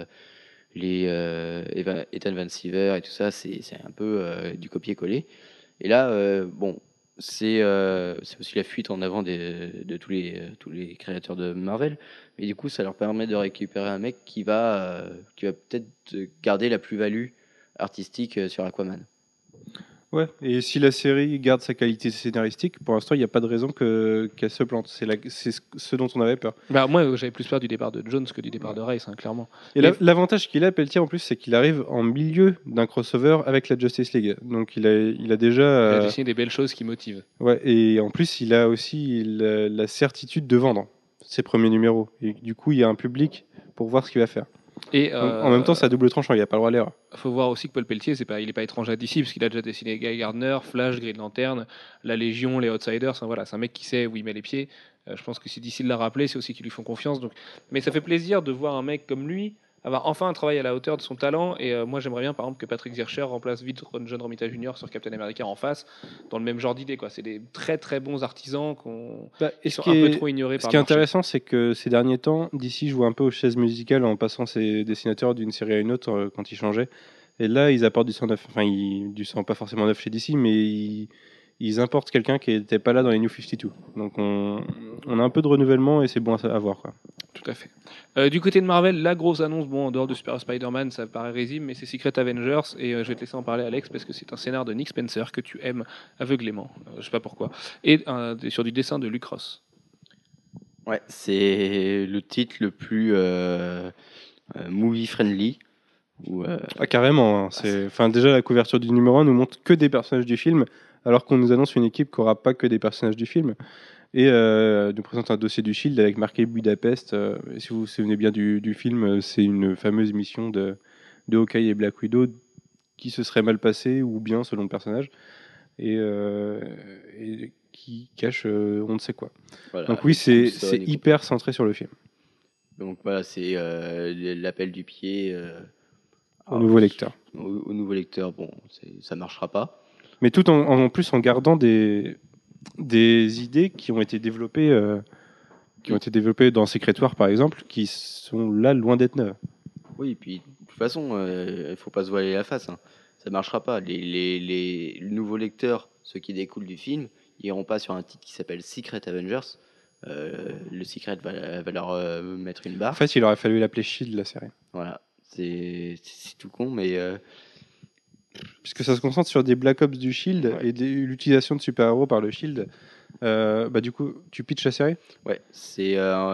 Ethan Van Siever et tout ça, c'est un peu du copier-coller. Et là, bon, c'est aussi la fuite en avant de tous les créateurs de Marvel. Mais du coup, ça leur permet de récupérer un mec qui va peut-être garder la plus-value artistique sur Aquaman. Ouais, et si la série garde sa qualité scénaristique, pour l'instant, il n'y a pas de raison qu'elle se plante. C'est ce dont on avait peur. Bah, moi, j'avais plus peur du départ de Jones que du départ de Race, hein, clairement. Et Mais- l'avantage qu'il a, Pelletier, en plus, c'est qu'il arrive en milieu d'un crossover avec la Justice League. Donc il a déjà... Il a dessiné des belles choses qui motivent. Ouais, et en plus, il a aussi la certitude de vendre ses premiers numéros. Et du coup, il y a un public pour voir ce qu'il va faire. Et Donc, en même temps, c'est à double tranchant, il n'y a pas le droit à l'erreur. faut voir aussi que Paul Pelletier, il n'est pas étranger à DC, parce qu'il a déjà dessiné Guy Gardner, Flash, Green Lantern, la Légion, les Outsiders. Enfin, voilà, c'est un mec qui sait où il met les pieds. Je pense que si DC l'a rappelé, c'est aussi qu'ils lui font confiance. Donc... Mais ça fait plaisir de voir un mec comme lui avoir enfin un travail à la hauteur de son talent. Et moi, j'aimerais bien, par exemple, que Patrick Zircher remplace vite John Romita Jr. sur Captain America en face, dans le même genre d'idée. C'est des très très bons artisans qui sont un peu trop ignorés Ce par qui est le marché. intéressant, c'est que ces derniers temps, DC joue un peu aux chaises musicales en passant ses dessinateurs d'une série à une autre quand ils changeaient. Et là, ils apportent du sang neuf. Enfin, du sang pas forcément neuf chez DC, mais ils importent quelqu'un qui n'était pas là dans les New 52. Donc on a un peu de renouvellement et c'est bon à voir, quoi. Tout à fait. Du côté de Marvel, la grosse annonce, bon, en dehors de Super Spider-Man, ça paraît risible, mais c'est Secret Avengers, et je vais te laisser en parler, Alex, parce que c'est un scénar de Nick Spencer que tu aimes aveuglément, je sais pas pourquoi, et sur du dessin de Luc Ross. Ouais, c'est le titre le plus movie-friendly. Ah, carrément. Hein. Enfin, déjà, la couverture du numéro 1 nous montre que des personnages du film, alors qu'on nous annonce une équipe qui n'aura pas que des personnages du film. Et nous présente un dossier du Shield avec marqué Budapest. Si vous vous souvenez bien du film, c'est une fameuse mission de Hawkeye et Black Widow qui se serait mal passée ou bien selon le personnage et qui cache on ne sait quoi. Voilà, Donc oui, c'est Coulson et hyper centré sur le film. Donc voilà, c'est l'appel du pied Au nouveau lecteur. Au nouveau lecteur, bon, ça marchera pas. Mais tout en plus en gardant des idées qui ont été développées dans Secret War par exemple, qui sont là loin d'être neuves. Oui, et puis de toute façon, il faut pas se voiler la face. Hein. Ça marchera pas. Les nouveaux lecteurs, ceux qui découlent du film, ils iront pas sur un titre qui s'appelle Secret Avengers. Le Secret va leur mettre une En barre. fait, il aurait fallu l'appeler Shield la série. Voilà, c'est tout con, mais Puisque ça se concentre sur des Black Ops du Shield Ouais. et l'utilisation de super-héros par le Shield. Du coup, tu pitches la série? ouais, c'est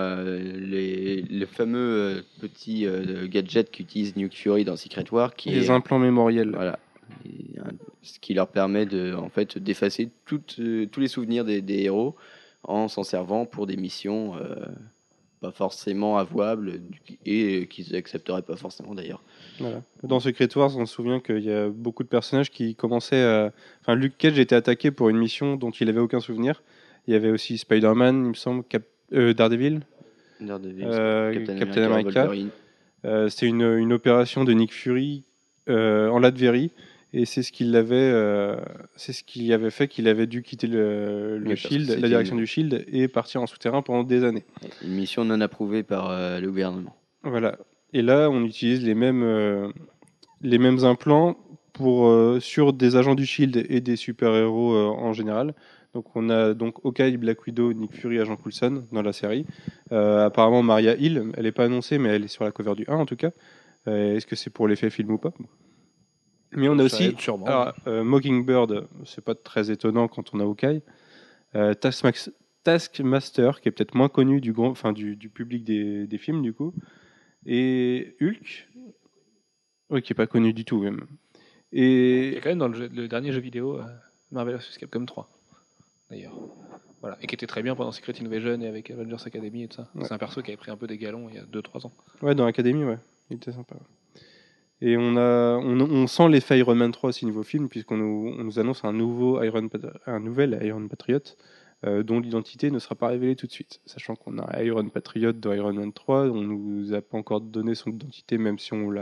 les fameux petits gadgets qu'utilise Nick Fury dans Secret War, qui Les est implants mémoriels. voilà, ce qui leur permet de en fait d'effacer tous les souvenirs des héros en s'en servant pour des missions pas forcément avouables et qu'ils accepteraient pas forcément d'ailleurs. Voilà. Dans Secret Wars, on se souvient qu'il y a beaucoup de personnages qui commençaient à... Enfin, Luke Cage était attaqué pour une mission dont il avait aucun souvenir. Il y avait aussi Spider-Man, il me semble, Daredevil. Daredevil, Captain America. Wolverine. C'était une opération de Nick Fury en Latverie. Et c'est ce qu'il avait fait qu'il avait dû quitter le Oui, parce que Shield, la c'était direction du Shield, et partir en souterrain pendant des années. Une mission non approuvée par le gouvernement. Voilà. Et là, on utilise les mêmes implants sur des agents du Shield et des super-héros en général. Donc on a donc Hawkeye, Black Widow, Nick Fury, Agent Coulson dans la série. Apparemment Maria Hill, elle n'est pas annoncée, mais elle est sur la cover du 1 en tout cas. Est-ce que c'est pour l'effet film ou pas? Mais on a Ça aussi aide sûrement. Mockingbird, c'est pas très étonnant quand on a Hawkeye. Taskmaster, qui est peut-être moins connu du public des films du coup. Et Hulk. Oui, qui est pas connu du tout même. Il est Et quand même dans le dernier jeu vidéo Marvel vs Capcom 3, d'ailleurs. Voilà. Et qui était très bien pendant Secret Invasion et avec Avengers Academy et tout ça. Ouais. C'est un perso qui avait pris un peu des galons il y a 2-3 ans. ouais, dans l'Académie, ouais, il était sympa. Et on sent l'effet Iron Man 3 aussi niveau film, puisqu'on nous annonce un nouvel Iron Patriot, dont l'identité ne sera pas révélée tout de suite. Sachant qu'on a Iron Patriot dans Iron Man 3, on nous a pas encore donné son identité, même si on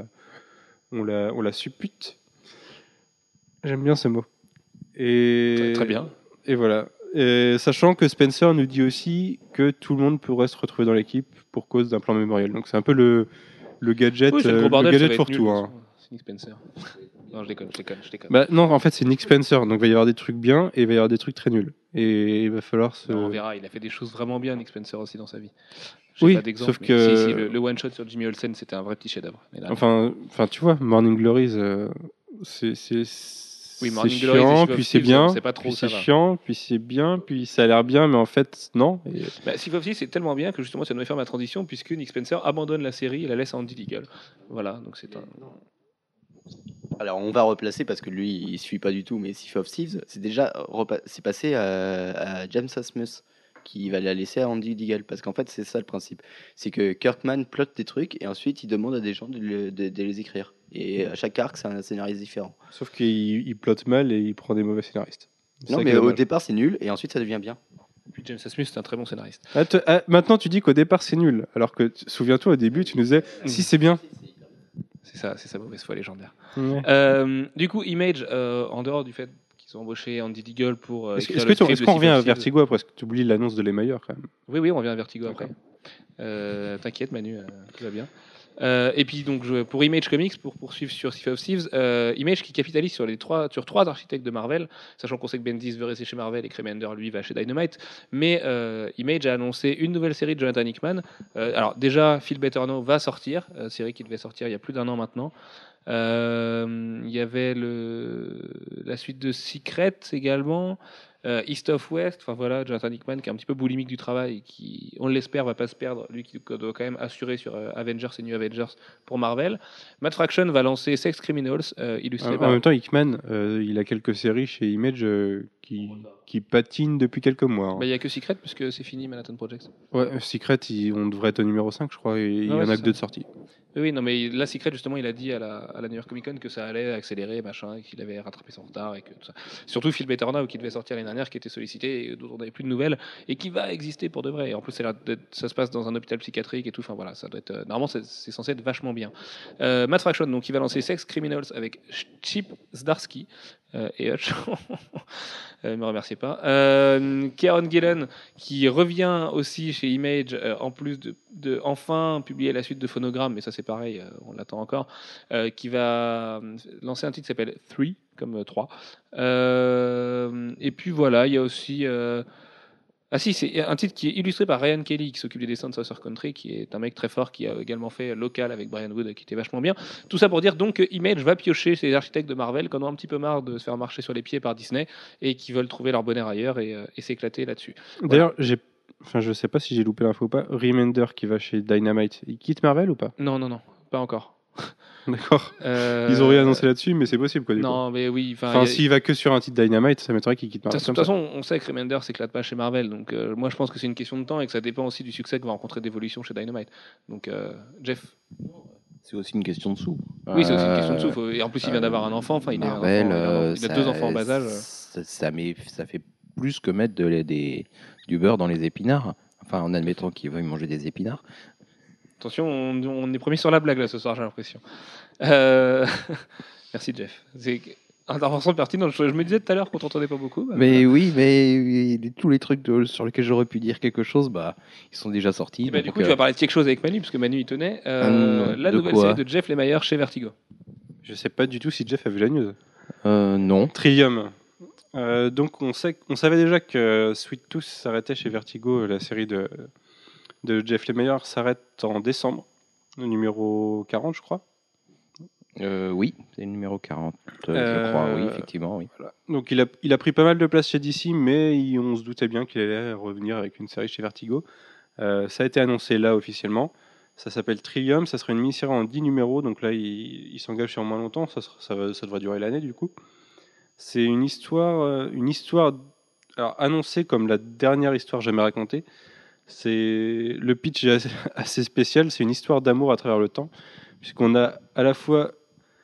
la suppute. J'aime bien ce mot. Et, Très bien. Et voilà. Et sachant que Spencer nous dit aussi que tout le monde pourrait se retrouver dans l'équipe pour cause d'un plan mémoriel. Donc c'est un peu le gadget, Oui, c'est le gros le bordel, ça gadget va être pour nul, tout. de Hein. toute façon. C'est Nick Spencer. Non, je déconne. Bah, non, en fait, c'est Nick Spencer. Donc il va y avoir des trucs bien et il va y avoir des trucs très nuls. Et il va falloir se. Non, on verra, il a fait des choses vraiment bien, Nick Spencer aussi dans sa vie. J'ai Oui, pas d'exemple, sauf mais que- si, le one-shot sur Jimmy Olsen, c'était un vrai petit chef-d'œuvre. Mais là, Enfin, tu vois, Morning Glories, c'est Oui, c'est Morning Glories et chiant, Sea of puis c'est Thieves, bien, on sait pas trop puis où ça c'est va. chiant, puis c'est bien, puis ça a l'air bien, mais en fait, non. Et- Bah, Sea of Thieves, c'est tellement bien que justement, ça devait faire ma transition, puisque Nick Spencer abandonne la série et la laisse à Andy Deagle. Voilà, donc c'est un. Alors on va replacer parce que lui il suit pas du tout, mais Sea of Thieves, c'est passé à James Asmus qui va la laisser à Andy Deagle parce qu'en fait c'est ça le principe, c'est que Kirkman plotte des trucs et ensuite il demande à des gens de les écrire et à chaque arc c'est un scénariste différent. Sauf qu'il plotte mal et il prend des mauvais scénaristes. C'est Non ça qui mais est au dommage. départ c'est nul et ensuite ça devient bien. Puis James Asmus, c'est un très bon scénariste. Maintenant, tu dis qu'au départ c'est nul, alors que souviens-toi au début, tu nous disais si c'est bien. C'est sa mauvaise foi légendaire. Ouais. Du coup, Image, en dehors du fait qu'ils ont embauché Andy Deagle pour Est-ce écrire est-ce le que tu- script est-ce de qu'on Sea revient of à Thieves. Vertigo après parce que tu oublies l'annonce de Les Meilleurs quand même. Oui, on revient à Vertigo D'accord. après. T'inquiète, Manu, tout va bien. Et puis donc pour Image Comics, pour poursuivre sur Sea of Thieves, Image qui capitalise sur trois architectes de Marvel, sachant qu'on sait que Bendis veut rester chez Marvel et que Remender lui va chez Dynamite, mais Image a annoncé une nouvelle série de Jonathan Hickman. Alors déjà, Phil Better va sortir, série qui devait sortir il y a plus d'un an maintenant. Il y avait la suite de Secret également. East of West, enfin voilà, Jonathan Hickman qui est un petit peu boulimique du travail et qui, on l'espère, va pas se perdre, lui qui doit quand même assurer sur Avengers et New Avengers pour Marvel. Matt Fraction va lancer Sex Criminals, illustré En par... même temps, Hickman, il a quelques séries chez Image qui patinent depuis quelques mois. Hein. Bah, il y a que Secret puisque c'est fini Manhattan Project. Ouais, Secret, on devrait être au numéro 5, je crois, et il y Ouais, en a c'est que ça. 2 de sortie. Oui, non, mais là, Secret, justement, il a dit à la New York Comic Con que ça allait accélérer, machin, et qu'il avait rattrapé son retard, et que tout ça. Surtout Phil Better qui devait sortir l'année dernière, qui était sollicité, et dont on n'avait plus de nouvelles, et qui va exister pour de vrai. Et en plus, ça se passe dans un hôpital psychiatrique et tout. Enfin voilà, ça doit être. Normalement, c'est censé être vachement bien. Matt Fraction, donc, il va lancer Sex Criminals avec Chip Zdarsky et Hutch. Me remerciez pas. Kieron Gillen qui revient aussi chez Image en plus de enfin publier la suite de Phonogramme, mais ça c'est pareil, on l'attend encore, qui va lancer un titre qui s'appelle 3 comme 3. Et puis voilà, il y a aussi ah si, c'est un titre qui est illustré par Ryan Kelly qui s'occupe des dessins de Saucer Country, qui est un mec très fort qui a également fait Local avec Brian Wood qui était vachement bien. Tout ça pour dire donc que Image va piocher ces architectes de Marvel qui en ont un petit peu marre de se faire marcher sur les pieds par Disney et qui veulent trouver leur bonheur ailleurs et s'éclater là-dessus. D'ailleurs, je sais pas si j'ai loupé l'info ou pas. Remender qui va chez Dynamite, il quitte Marvel ou pas? Non, pas encore. D'accord. Ils ont rien annoncé là-dessus, mais c'est possible quoi. Du coup. Non, mais oui. Enfin, s'il va que sur un titre Dynamite, ça m'étonnerait qu'il quitte De Marvel. toute façon, on sait que Remender s'éclate pas chez Marvel, donc moi je pense que c'est une question de temps et que ça dépend aussi du succès que va rencontrer d'évolution chez Dynamite. Donc Jeff. C'est aussi une question de sous. Oui, c'est aussi une question de souffle. Et en plus, il vient d'avoir un enfant. Enfin, il, Marvel, il a deux enfants en bas âge. Ça fait plus que mettre du beurre dans les épinards. Enfin, en admettant qu'il veuille manger des épinards. Attention, on est promis sur la blague là ce soir, j'ai l'impression. Merci Jeff. C'est intervention pertinente. Je me disais tout à l'heure qu'on t'entendait pas beaucoup. Bah, Mais voilà. oui, mais tous les trucs sur lesquels j'aurais pu dire quelque chose, ils sont déjà sortis. Et bah, du donc, coup, tu vas parler de quelque chose avec Manu, parce que Manu y tenait. La de nouvelle quoi série de Jeff Lemire chez Vertigo. Je sais pas du tout si Jeff a vu la news. non. Trivium. Donc on savait déjà que Sweet Tooth s'arrêtait chez Vertigo, la série de Jeff Lemire s'arrête en décembre, le numéro 40 je crois. Oui, c'est le numéro 40, je crois, oui, effectivement, oui. Voilà. Donc il a pris pas mal de place chez DC, mais on se doutait bien qu'il allait revenir avec une série chez Vertigo. Ça a été annoncé là officiellement. Ça s'appelle Trillium, ça sera une mini-série en 10 numéros, donc là il s'engage sur moins longtemps, ça devrait durer l'année du coup. C'est une histoire alors, annoncée comme la dernière histoire jamais racontée. Le pitch est assez spécial, c'est une histoire d'amour à travers le temps, puisqu'on a à la fois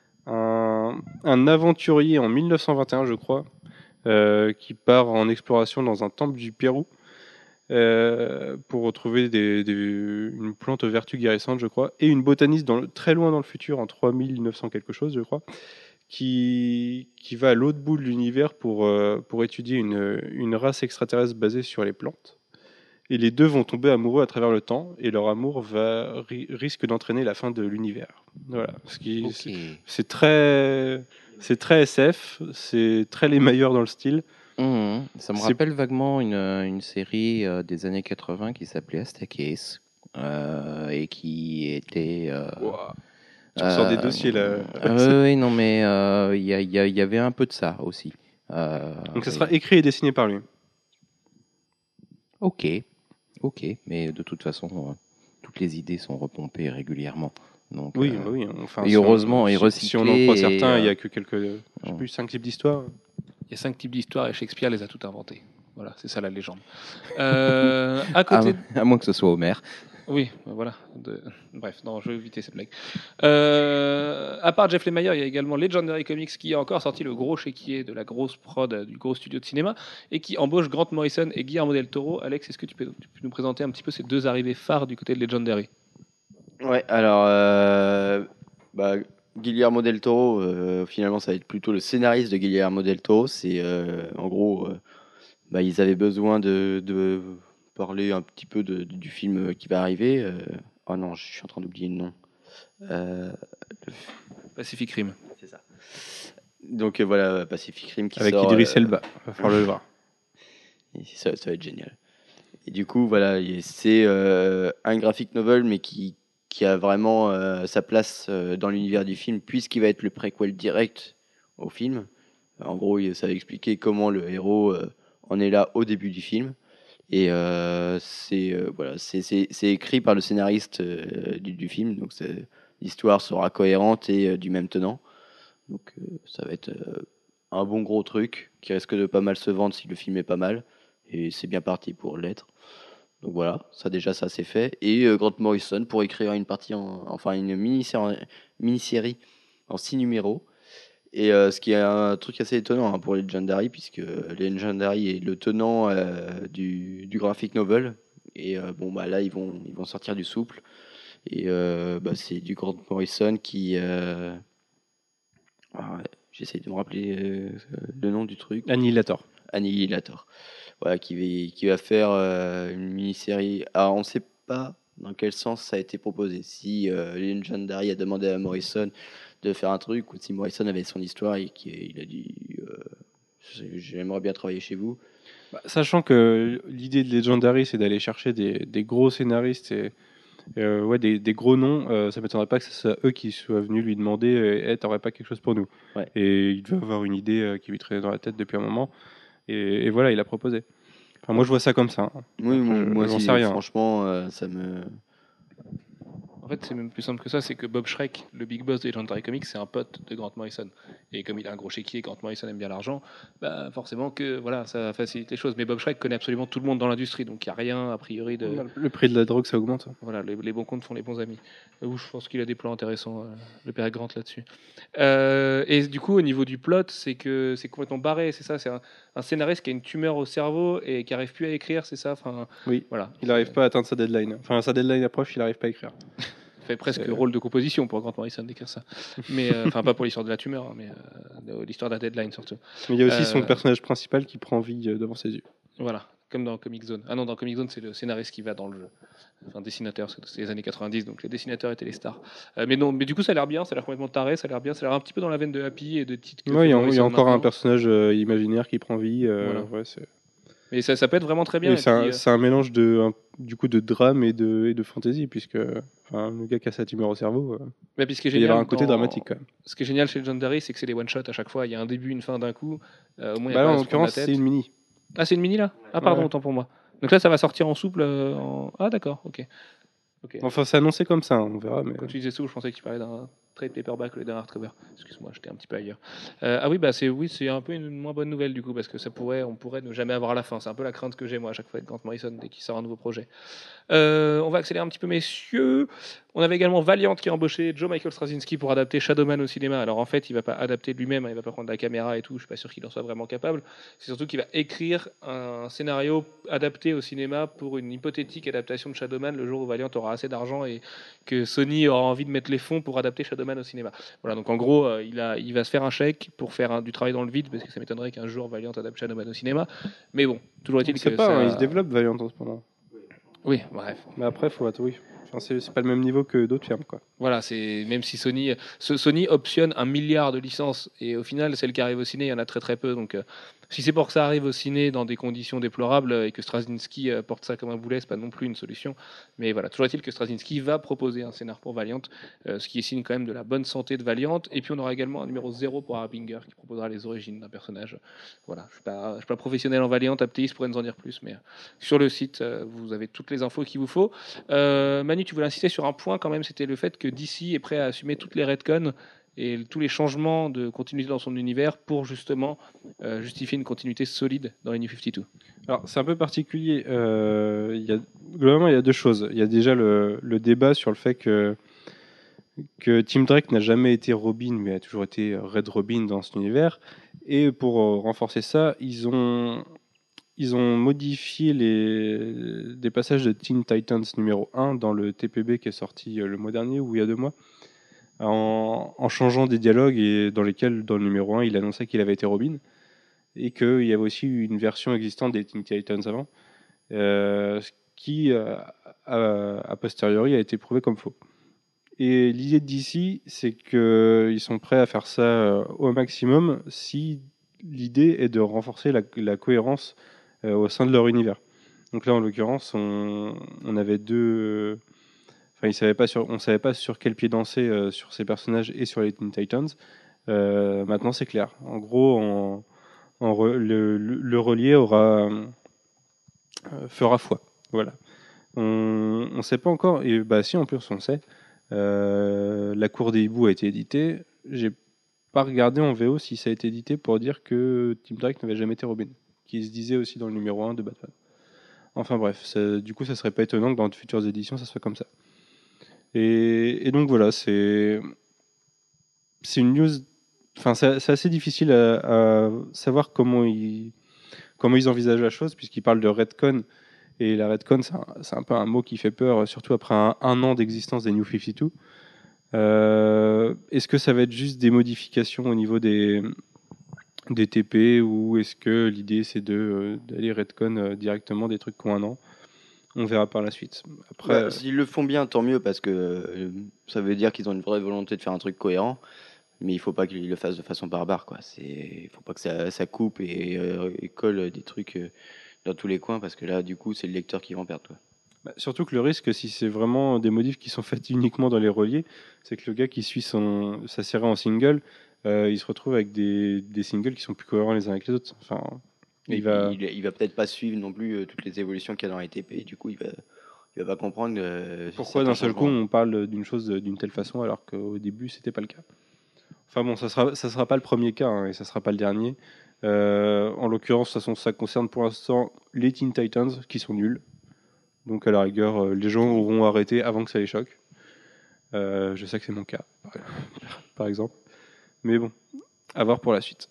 un aventurier en 1921 je crois, qui part en exploration dans un temple du Pérou pour retrouver une plante aux vertus guérissantes, je crois, et une botaniste très loin dans le futur, en 3900 quelque chose, je crois, qui va à l'autre bout de l'univers pour étudier une race extraterrestre basée sur les plantes. Et les deux vont tomber amoureux à travers le temps, et leur amour risque d'entraîner la fin de l'univers. Voilà. Ok. C'est très SF, c'est très les meilleurs dans le style. Ça me C'est- rappelle vaguement une série des années 80 qui s'appelait Astakis et qui était. Ouah, tu ressors des dossiers là. Oui, non, mais il y avait un peu de ça aussi. Donc ça sera écrit et dessiné par lui. Ok, mais de toute façon, toutes les idées sont repompées régulièrement. Donc, Oui, bah oui. Enfin, et heureusement, et si on en recyclées, croit et, certains, il y a que quelques, je sais ouais. plus, 5 types d'histoires. Il y a 5 types d'histoires et Shakespeare les a toutes inventées. Voilà, c'est ça la légende. À côté. à moins que ce soit Homer. Oui, voilà. Bref, non, je vais éviter cette blague. À part Jeff Lemire, il y a également Legendary Comics qui a encore sorti le gros chéquier de la grosse prod du gros studio de cinéma et qui embauche Grant Morrison et Guillermo del Toro. Alex, est-ce que tu peux nous présenter un petit peu ces deux arrivées phares du côté de Legendary? Ouais, alors, Guillermo del Toro, finalement, ça va être plutôt le scénariste de Guillermo del Toro. C'est en gros, ils avaient besoin de parler un petit peu du film qui va arriver. Oh non, je suis en train d'oublier le nom. Euh, Pacific Rim. c'est ça. Donc voilà, Pacific Rim qui Avec sort. Idris Elba, va falloir le voir. Et ça va être génial. Et du coup, voilà, c'est un graphic novel, mais qui a vraiment sa place dans l'univers du film, puisqu'il va être le préquel direct au film. En gros, ça va expliquer comment le héros en est là au début du film. Et c'est écrit par le scénariste du film, donc l'histoire sera cohérente et du même tenant. Donc ça va être un bon gros truc qui risque de pas mal se vendre si le film est pas mal. Et c'est bien parti pour l'être. Donc voilà, ça c'est fait. Et Grant Morrison pour écrire une mini-série en 6 numéros. Et ce qui est un truc assez étonnant pour Legendary, puisque Legendary est le tenant du graphic novel. Et là, ils vont sortir du souple. Et c'est du Grant Morrison qui. J'essaie de me rappeler le nom du truc. Annihilator. Annihilator. Voilà, qui va faire une mini-série. Alors, on ne sait pas dans quel sens ça a été proposé. Si Legendary a demandé à Morrison de faire un truc, ou si Morrison avait son histoire et qu'il a dit j'aimerais bien travailler chez vous. Sachant que l'idée de Legendary, c'est d'aller chercher des gros scénaristes et des gros noms, ça m'étonnerait pas que ce soit eux qui soient venus lui demander t'aurais pas quelque chose pour nous. Ouais. Et il devait avoir une idée qui lui traînait dans la tête depuis un moment. Et voilà, il a proposé. Enfin, moi, je vois ça comme ça. Oui, Après, moi j'en aussi, sais rien. franchement, ça me. En fait, c'est même plus simple que ça, c'est que Bob Schreck, le big boss de Legendary Comics, c'est un pote de Grant Morrison. Et comme il a un gros chéquier, Grant Morrison aime bien l'argent, forcément que voilà, ça facilite les choses. Mais Bob Schreck connaît absolument tout le monde dans l'industrie, donc il n'y a rien a priori de. Le prix de la drogue, ça augmente. Voilà, les bons comptes font les bons amis. Où je pense qu'il a des plans intéressants, le père Grant là-dessus. Et du coup, au niveau du plot, c'est que c'est complètement barré, c'est ça. C'est un scénariste qui a une tumeur au cerveau et qui arrive plus à écrire, c'est ça. Enfin, Oui. voilà. Il n'arrive pas à atteindre sa deadline. Enfin, sa deadline approche, il n'arrive pas à écrire. Fait presque C'est- rôle de composition pour Grant Morrison d'écrire ça. Mais enfin pas pour l'histoire de la tumeur, hein, mais de l'histoire de la deadline surtout. Mais il y a aussi son Euh, personnage principal qui prend vie devant ses yeux. Voilà, comme dans Comic Zone. Ah non, dans Comic Zone, c'est le scénariste qui va dans le jeu. Enfin, dessinateur, parce que c'est les années 90, donc les dessinateurs étaient les stars. Mais non, mais du coup, ça a l'air bien, ça a l'air complètement taré, ça a l'air bien, ça a l'air un petit peu dans la veine de Happy et de titres que Ouais, fait il y a Morrison encore un maintenant. personnage imaginaire qui prend vie. Voilà. Ouais, c'est... Mais ça peut être vraiment très bien. Et Et puis, c'est un mélange du coup de drame et de fantaisie, puisque le gars qui a sa tumeur au cerveau, mais puis ce qui est il y génial, aura un côté dramatique quand même. Ce qui est génial chez Legendary, c'est que c'est des one-shots à chaque fois. Il y a un début, une fin d'un coup. Au moins, il y a Bah là, pas en à se prendre la l'occurrence, tête. c'est une mini. Ah, c'est une mini là. Ah, pardon, Ouais. autant pour moi. Donc là, ça va sortir en souple. Ah, d'accord, ok. Ok. Enfin, c'est annoncé comme ça, on verra. Mais... Quand tu disais sous, je pensais que tu parlais d'un trade paperback ou d'un hardcover. Excuse-moi, j'étais un petit peu ailleurs. Ah oui, c'est un peu une moins bonne nouvelle du coup, parce que on pourrait ne jamais avoir la fin. C'est un peu la crainte que j'ai moi à chaque fois avec Grant Morrison dès qu'il sort un nouveau projet. On va accélérer un petit peu, messieurs. On avait également Valiant qui a embauché Joe Michael Straczynski pour adapter Shadowman au cinéma. Alors en fait, il va pas adapter lui-même, hein, il va pas prendre la caméra et tout. Je suis pas sûr qu'il en soit vraiment capable. C'est surtout qu'il va écrire un scénario adapté au cinéma pour une hypothétique adaptation de Shadowman le jour où Valiant aura assez d'argent et que Sony aura envie de mettre les fonds pour adapter Shadowman au cinéma. Voilà, donc en gros, il va se faire un chèque pour faire du travail dans le vide, parce que ça m'étonnerait qu'un jour Valiant adapte Shadowman au cinéma. Mais bon, toujours On est-il ne sait que pas, ça... hein, il se développe Valiant en ce moment. Oui, bref. Mais après, faut attendre. Oui. Enfin, c'est pas le même niveau que d'autres firmes, quoi. Voilà, c'est même si Sony optionne 1 milliard de licences et au final celles qui arrivent au ciné, il y en a très très peu. Donc si c'est pour que ça arrive au ciné dans des conditions déplorables et que Straczynski porte ça comme un boulet, c'est pas non plus une solution. Mais voilà, toujours est-il que Straczynski va proposer un scénar pour Valiant, ce qui est signe quand même de la bonne santé de Valiant. Et puis on aura également un numéro 0 pour Harbinger qui proposera les origines d'un personnage. Voilà, je suis pas professionnel en Valiant, Aptéis pourrait nous en dire plus, mais sur le site vous avez toutes les infos qu'il vous faut. Manu, tu voulais insister sur un point quand même, c'était le fait que DC est prêt à assumer toutes les retcons et tous les changements de continuité dans son univers pour justement justifier une continuité solide dans les New 52. Alors, c'est un peu particulier. Globalement, il y a deux choses. Il y a déjà le débat sur le fait que Tim Drake n'a jamais été Robin, mais a toujours été Red Robin dans cet univers. Et pour renforcer ça, ils ont modifié des passages de Teen Titans numéro 1 dans le TPB qui est sorti le mois dernier ou il y a 2 mois, en changeant des dialogues et dans lesquels, dans le numéro 1, il annonçait qu'il avait été Robin et qu'il y avait aussi une version existante des Teen Titans avant, ce qui, a posteriori, a été prouvé comme faux. Et l'idée de DC, c'est qu'ils sont prêts à faire ça au maximum si l'idée est de renforcer la cohérence au sein de leur univers. Donc là, en l'occurrence, on avait deux... Enfin, on ne savait pas sur quel pied danser sur ces personnages et sur les Teen Titans. Maintenant, c'est clair. En gros, le relié fera foi. Voilà. On ne sait pas encore, et bah si, en plus, on le sait. La Cour des hiboux a été éditée. J'ai pas regardé en VO si ça a été édité pour dire que Tim Drake n'avait jamais été Robin, qui se disait aussi dans le numéro 1 de Batman. Enfin bref, du coup, ça serait pas étonnant que dans de futures éditions, ça soit comme ça. Et donc voilà, c'est une news. Enfin, c'est assez difficile à savoir comment ils envisagent la chose, puisqu'ils parlent de retcon. Et la retcon, c'est un peu un mot qui fait peur, surtout après un an d'existence des New 52. Est-ce que ça va être juste des modifications au niveau des TP, ou est-ce que l'idée c'est d'aller retcon directement des trucs qui ont un an? On verra par la suite. Après, S'ils le font bien, tant mieux, parce que ça veut dire qu'ils ont une vraie volonté de faire un truc cohérent. Mais il faut pas qu'ils le fassent de façon barbare, quoi. Il faut pas que ça coupe et colle des trucs dans tous les coins, parce que là, du coup, c'est le lecteur qui va en perdre, quoi. surtout que le risque, si c'est vraiment des modifs qui sont faits uniquement dans les reliés, c'est que le gars qui suit sa série en single, il se retrouve avec des singles qui sont plus cohérents les uns avec les autres. Enfin, Il va peut-être pas suivre non plus toutes les évolutions qu'il y a dans les TP, et du coup, il va pas comprendre pourquoi d'un seul coup on parle d'une chose d'une telle façon alors qu'au début c'était pas le cas. Enfin bon, ça sera pas le premier cas, hein, et ça sera pas le dernier. En l'occurrence, de toute façon, ça concerne pour l'instant les Teen Titans qui sont nuls. Donc à la rigueur, les gens auront arrêté avant que ça les choque. Je sais que c'est mon cas, par exemple. Mais bon, à voir pour la suite.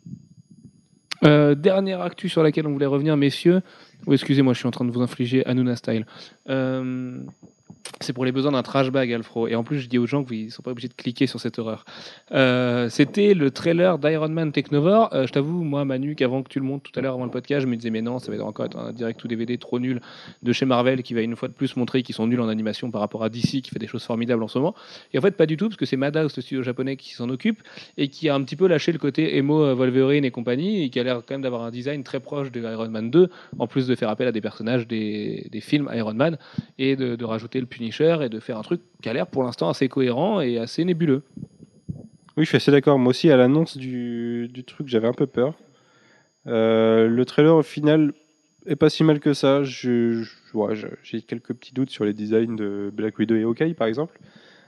Dernière actu sur laquelle on voulait revenir, messieurs. Oui, excusez-moi, je suis en train de vous infliger Hanouna style. C'est pour les besoins d'un trash bag, Alfro. Et en plus, je dis aux gens qu'ils ne sont pas obligés de cliquer sur cette horreur. C'était le trailer d'Iron Man Technovore. Je t'avoue, moi, Manu, qu'avant que tu le montes tout à l'heure avant le podcast, je me disais, mais non, ça va encore être un direct ou DVD trop nul de chez Marvel qui va une fois de plus montrer qu'ils sont nuls en animation par rapport à DC qui fait des choses formidables en ce moment. Et en fait, pas du tout, parce que c'est Madhouse, le studio japonais, qui s'en occupe et qui a un petit peu lâché le côté emo Wolverine et compagnie, et qui a l'air quand même d'avoir un design très proche de Iron Man 2, en plus de faire appel à des personnages des films Iron Man et de rajouter le Punisher et de faire un truc qui a l'air pour l'instant assez cohérent et assez nébuleux. Oui, je suis assez d'accord. Moi aussi, à l'annonce du truc, j'avais un peu peur. Le trailer, au final, est pas si mal que ça. J'ai quelques petits doutes sur les designs de Black Widow et Hawkeye, par exemple.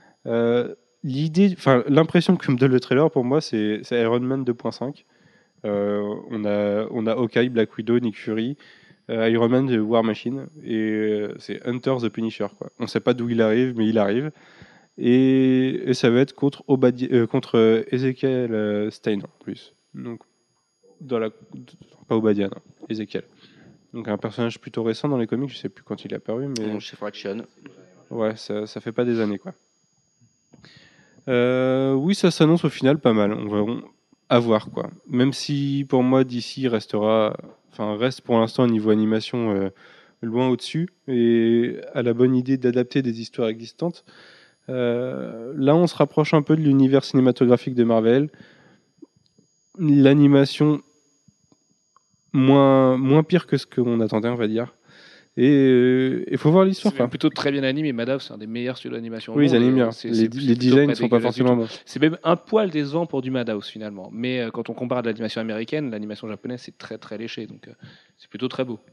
L'impression que me donne le trailer, pour moi, c'est Iron Man 2.5. On a Hawkeye, Black Widow, Nick Fury, Iron Man de War Machine, et c'est Hunter the Punisher, quoi. On sait pas d'où il arrive, mais il arrive. Et ça va être contre Ezekiel Stein en plus. Donc, pas Obadiah, non, Ezekiel. Donc un personnage plutôt récent dans les comics, je sais plus quand il est apparu, mais Chez Fraction. ouais, ça fait pas des années, quoi. Oui, ça s'annonce au final pas mal. On va à voir, quoi. Même si pour moi DC reste pour l'instant au niveau animation loin au-dessus et à la bonne idée d'adapter des histoires existantes. Là, on se rapproche un peu de l'univers cinématographique de Marvel. L'animation moins pire que ce qu'on attendait, on va dire. Et il faut voir l'histoire. C'est même plutôt très bien animé. Madhouse, c'est un des meilleurs studios d'animation. Oui, ils animent bien. C'est Les plutôt designs pas ne sont pas dégueulasse du forcément tout. bons. C'est même un poil décevant pour du Madhouse finalement. Mais quand on compare à de l'animation américaine, l'animation japonaise c'est très très léché. Donc c'est plutôt très beau.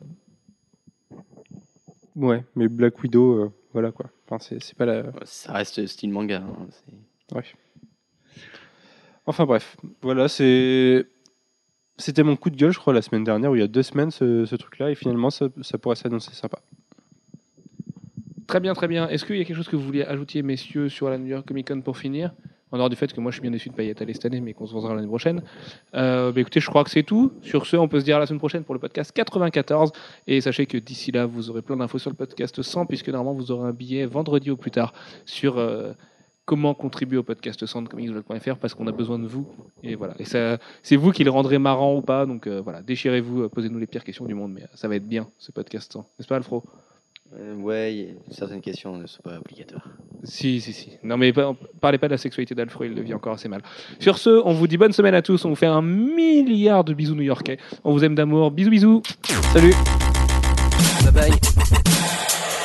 Ouais, mais Black Widow, voilà quoi. Enfin, c'est pas la. Ouais, ça reste style manga. Hein, Ouais. Enfin bref, voilà, c'était mon coup de gueule, je crois, la semaine dernière, ou il y a 2 semaines, ce truc-là, et finalement, ça pourrait s'annoncer sympa. Très bien, très bien. Est-ce qu'il y a quelque chose que vous vouliez ajouter, messieurs, sur la New York Comic Con pour finir ? En dehors du fait que moi je suis bien déçu de ne pas y être allé cette année, mais qu'on se reverra l'année prochaine. Écoutez, je crois que c'est tout. Sur ce, on peut se dire à la semaine prochaine pour le podcast 94. Et sachez que d'ici là, vous aurez plein d'infos sur le podcast 100, puisque normalement vous aurez un billet vendredi au plus tard sur comment contribuer au podcast 100 de comicsblog.fr, parce qu'on a besoin de vous. Et voilà. Et ça, c'est vous qui le rendrez marrant ou pas. Donc voilà, déchirez-vous, posez-nous les pires questions du monde, mais ça va être bien ce podcast 100. N'est-ce pas, Alfro ? Ouais, certaines questions ne sont pas obligatoires. Si. Non, mais parlez pas de la sexualité d'Alfred, il le vit encore assez mal. Sur ce, on vous dit bonne semaine à tous. On vous fait 1 milliard de bisous new-yorkais. On vous aime d'amour. Bisous, bisous. Salut. Bye bye.